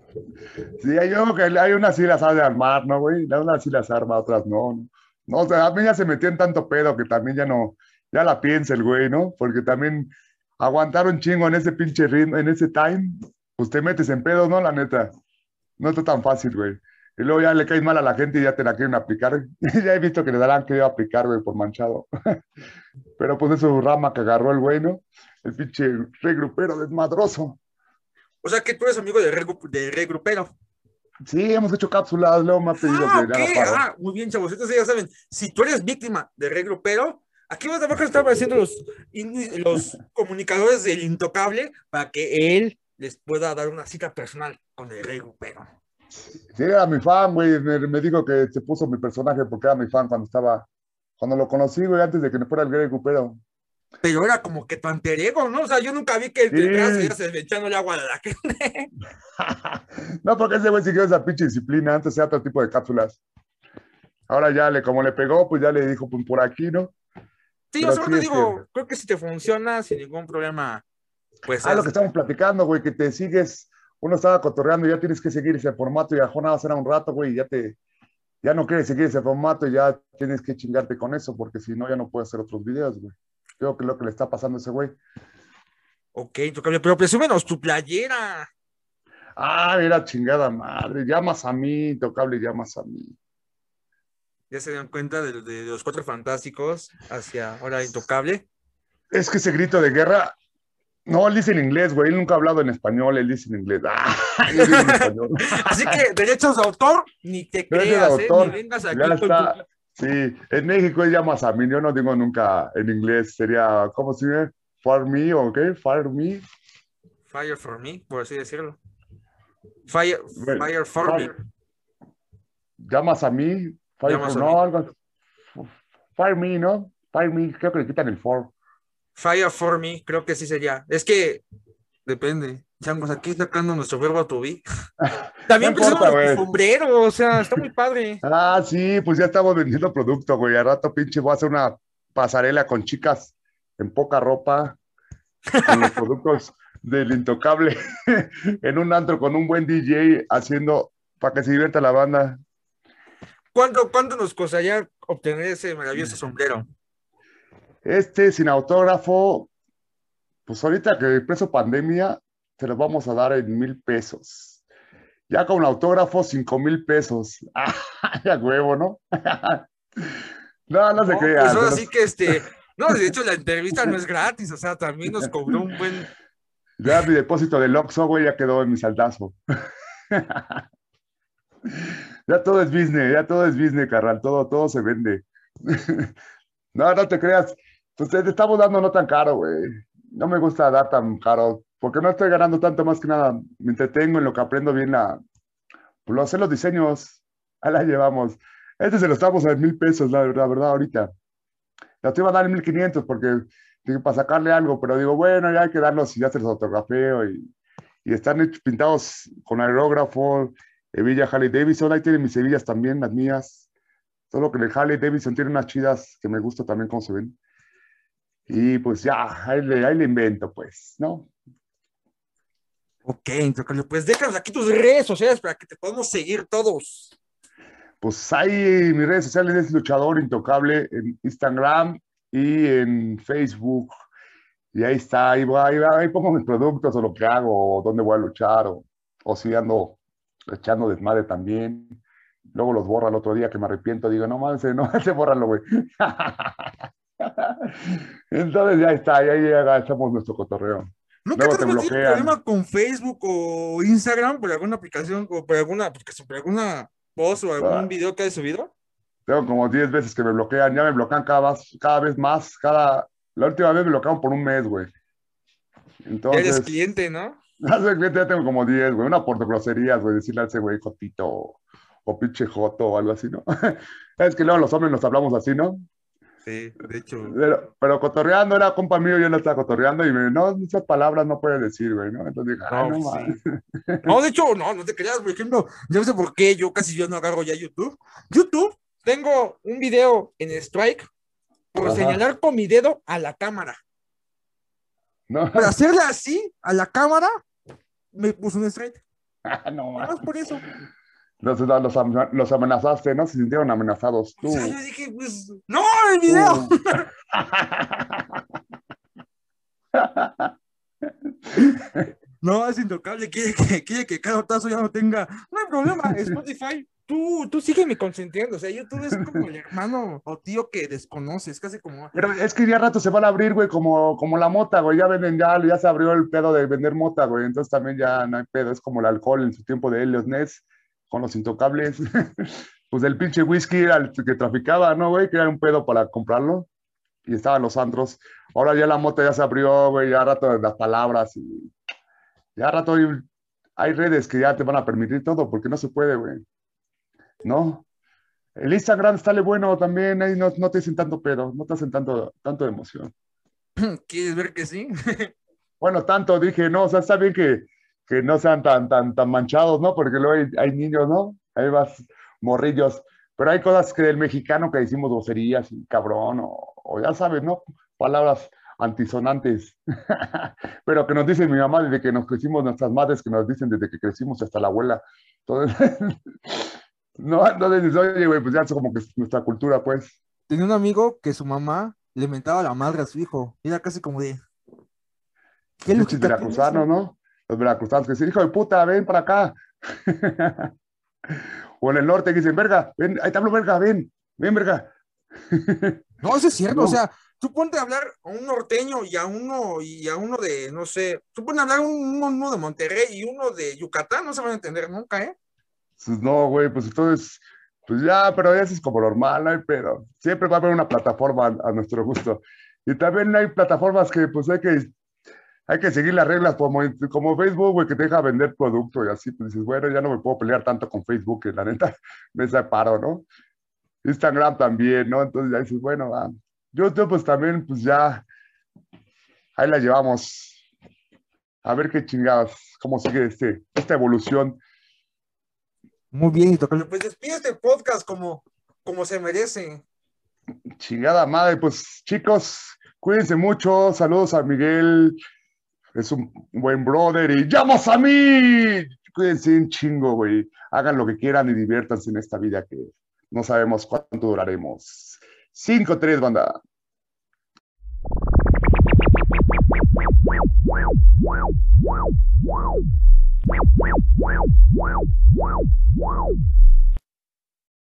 Sí, hay, yo creo que hay unas sí las sabe armar, ¿no, güey? Unas sí las arma, otras no, no. No, o sea, a mí ya se metió en tanto pedo que también ya no, ya la piensa el güey, ¿no? Porque también aguantar un chingo en ese pinche ritmo, en ese time, pues te metes en pedo, ¿no? La neta, no está tan fácil, güey. Y luego ya le caes mal a la gente y ya te la quieren aplicar. Ya he visto que le darán querido aplicar, güey, por manchado. Pero pues es su rama que agarró el güey, ¿no? El pinche regrupero desmadroso. O sea que tú eres amigo de, regu, de regrupero. Sí, hemos hecho cápsulas, luego me ha pedido Ah, que ok. le haga paro. Ah, muy bien, chavos. Entonces ya saben, si tú eres víctima de regrupero, aquí vas abajo están apareciendo los, los comunicadores del Intocable para que él les pueda dar una cita personal con el regrupero. Sí, era mi fan, güey. Me, me dijo que se puso mi personaje porque era mi fan cuando estaba, cuando lo conocí, güey, antes de que me fuera el Grey Recupero. Pero era como que tu alter ego, ¿no? O sea, yo nunca vi que Sí. detrás ibas echando el agua a la gente. No, porque ese güey siguió esa pinche disciplina. Antes era otro tipo de cápsulas. Ahora ya le, como le pegó, pues ya le dijo, pues por aquí, ¿no? Sí, yo Pero solo sí, te este. digo, creo que si te funciona sin ningún problema, pues Ah, lo que hazlo. estamos platicando, güey, que te sigues. Uno estaba cotorreando y ya tienes que seguir ese formato y a nada será un rato, güey, y ya te, ya no quieres seguir ese formato y ya tienes que chingarte con eso, porque si no, ya no puedes hacer otros videos, güey. Creo que es lo que le está pasando a ese güey. Ok, Intocable, pero presúmenos tu playera. Ah, mira, chingada madre, llamas a mí, Tocable, llamas a mí. Ya se dan cuenta de, de los Cuatro Fantásticos hacia ahora Intocable. Es que ese grito de guerra, no, él dice en inglés, güey, él nunca ha hablado en español, él dice en inglés. Ah, yo digo en español. Así que derechos de autor, ni te Gracias, creas, ¿eh? Ni autor. vengas Ya aquí con tu... está. Sí, en México él llamas a mí, yo no digo nunca en inglés, sería, ¿cómo se dice? For me, ¿o qué? For me. Fire for me, por así decirlo. Fire, Bueno, fire for me. fire, llamas a mí, fire Llamas for, a no, mí. algo. Fire me, ¿no? Fire me, creo que le quitan el for. Fire for me, creo que sí sería. Es que depende. Changos, aquí sacando nuestro verbo to be. No También importa, presúmenos tu güey. sombrero, o sea, está muy padre. Ah, sí, pues ya estamos vendiendo producto, güey. A rato, pinche, voy a hacer una pasarela con chicas en poca ropa, con los productos del Intocable, en un antro con un buen D J, haciendo para que se divierta la banda. ¿Cuánto, cuánto nos costaría obtener ese maravilloso sombrero? Este sin autógrafo, pues ahorita que preso pandemia, se los vamos a dar en mil pesos. Ya con autógrafo, cinco mil pesos. Ah, ya huevo, ¿no? No, no se No, pues crean. Se ahora los... sí que este, no, de hecho la entrevista no es gratis, o sea, también nos cobró un buen, Ya mi depósito del Oxxo, güey, ya quedó en mi saldazo. Ya todo es business, ya todo es business, carnal, todo, todo se vende. No, no te creas. Pues te, te estamos dando no tan caro, güey. No me gusta dar tan caro, porque no estoy ganando tanto más que nada. Me entretengo en lo que aprendo bien la, pues, lo hacer los diseños. Ahí la llevamos. Este se lo estamos a mil pesos, la verdad, la verdad, ahorita. La te iba a dar en mil quinientos porque digo, para sacarle algo, pero digo, bueno, ya hay que darlos y ya se los autografeo y, y están hechos, pintados con aerógrafo, hebilla Harley Davidson, ahí tienen mis hebillas también, las mías. Solo que el Harley Davidson tiene unas chidas que me gusta también cómo se ven. Y pues ya, ahí le, ahí le invento, pues, ¿no? ok, Intocable, pues déjanos aquí tus redes sociales para que te podamos seguir todos. Pues ahí mis redes sociales es Luchador Intocable en Instagram y en Facebook. Y ahí está, ahí, va, ahí, va, ahí pongo mis productos o lo que hago, o dónde voy a luchar, o, o si ando echando desmadre también. Luego los borro al otro día que me arrepiento, digo, no mames, no, ese bórralo, güey. Entonces ya está, y ahí ya hacemos nuestro cotorreo. ¿Nunca Luego te te has tenido bloquean. problema con Facebook o Instagram por alguna aplicación o por alguna, por alguna post o algún Ah, video que hayas subido? tengo como diez veces que me bloquean, ya me bloquean cada, vez- cada vez más, cada... La última vez me bloquearon por un mes, güey. Ya eres Entonces, cliente, ¿no? hace cliente ya tengo como diez, güey. Una por groserías, güey, decirle a ese güey jotito o, o pinche joto o algo así, ¿no? Es que luego los hombres nos hablamos así, ¿no? Sí, de hecho. Pero, pero cotorreando, era compa mío, yo no estaba cotorreando y me no, esas palabras no puedes decir, güey, ¿no? Entonces dije, ah, No, no sí. mames. No, de hecho, no, no te creas, por ejemplo, yo no sé por qué yo casi yo no agarro ya YouTube. YouTube, tengo un video en Strike por Ajá. señalar con mi dedo a la cámara. No, Para hacerle así a la cámara, me puso un strike. no, Nada más por eso. Los, los, los amenazaste, ¿no? Se sintieron amenazados. O sea, Tú, yo dije, pues, no, el video. tú. No, es intocable. Quiere que, quiere que cada tazo ya no tenga. No hay problema, Spotify. Tú, tú sígueme consintiendo. O sea, YouTube es como el hermano o tío que desconoces, casi como. Pero es que ya rato se van a abrir, güey, como, como la mota, güey. Ya venden, ya, ya se abrió el pedo de vender mota, güey. Entonces también ya no hay pedo. Es como el alcohol en su tiempo de Helios Ness, con los intocables. Pues el pinche whisky era el que traficaba, ¿no, güey? Que era un pedo para comprarlo. Y estaban los antros. Ahora ya la mota ya se abrió, güey. Ya rato de las palabras. Y ya rato hay, hay redes que ya te van a permitir todo, porque no se puede, güey. ¿No? El Instagram sale bueno también, ahí no, no te hacen tanto pedo, no te hacen tanto, tanto de emoción. ¿Quieres ver que sí? Bueno, tanto dije, no, o sea, está bien que, que no sean tan, tan, tan manchados, ¿no? Porque luego hay, hay niños, ¿no? Hay más morrillos, pero hay cosas que del mexicano que decimos groserías y cabrón, o, o ya sabes, ¿no? Palabras antisonantes, pero que nos dice mi mamá desde que nos crecimos, nuestras madres que nos dicen desde que crecimos hasta la abuela. Entonces, no, no dices, oye, güey, pues ya es como que es nuestra cultura, pues. Tenía un amigo que su mamá le mentaba la madre a su hijo. Era casi como de, ¿qué Los pinches lógica tiene eso? veracruzanos, ¿no? Los veracruzanos que dicen, hijo de puta, ven para acá. O en el norte que dicen, verga, ven, ahí te hablo, verga, ven, ven, verga. No, eso es cierto, o No, sea, tú ponte a hablar a un norteño y a uno, y a uno de, no sé, tú ponte a hablar a un- uno de Monterrey y uno de Yucatán, no se van a entender nunca, ¿eh? pues no, güey, pues entonces, pues ya, pero eso es como normal, no hay pedo. Siempre va a haber una plataforma a, a nuestro gusto. Y también hay plataformas que, pues hay que, hay que seguir las reglas, como, como Facebook, güey, que te deja vender producto y así, pues dices, bueno, ya no me puedo pelear tanto con Facebook, que la neta me separo, ¿no? Instagram también, ¿no? Entonces ya dices, bueno, va. YouTube, pues también, pues ya, ahí la llevamos. A ver qué chingadas, cómo sigue este, esta evolución. Muy bien, y toca. Pues despide este podcast como, como se merece. Chingada madre, pues chicos, cuídense mucho. Saludos a Miguel, es un buen brother. Y ¡llamas a mí! Cuídense un chingo, güey. Hagan lo que quieran y diviértanse en esta vida que no sabemos cuánto duraremos. cinco tres, banda. Wow, wow, wow, wow, wow, wow, wow.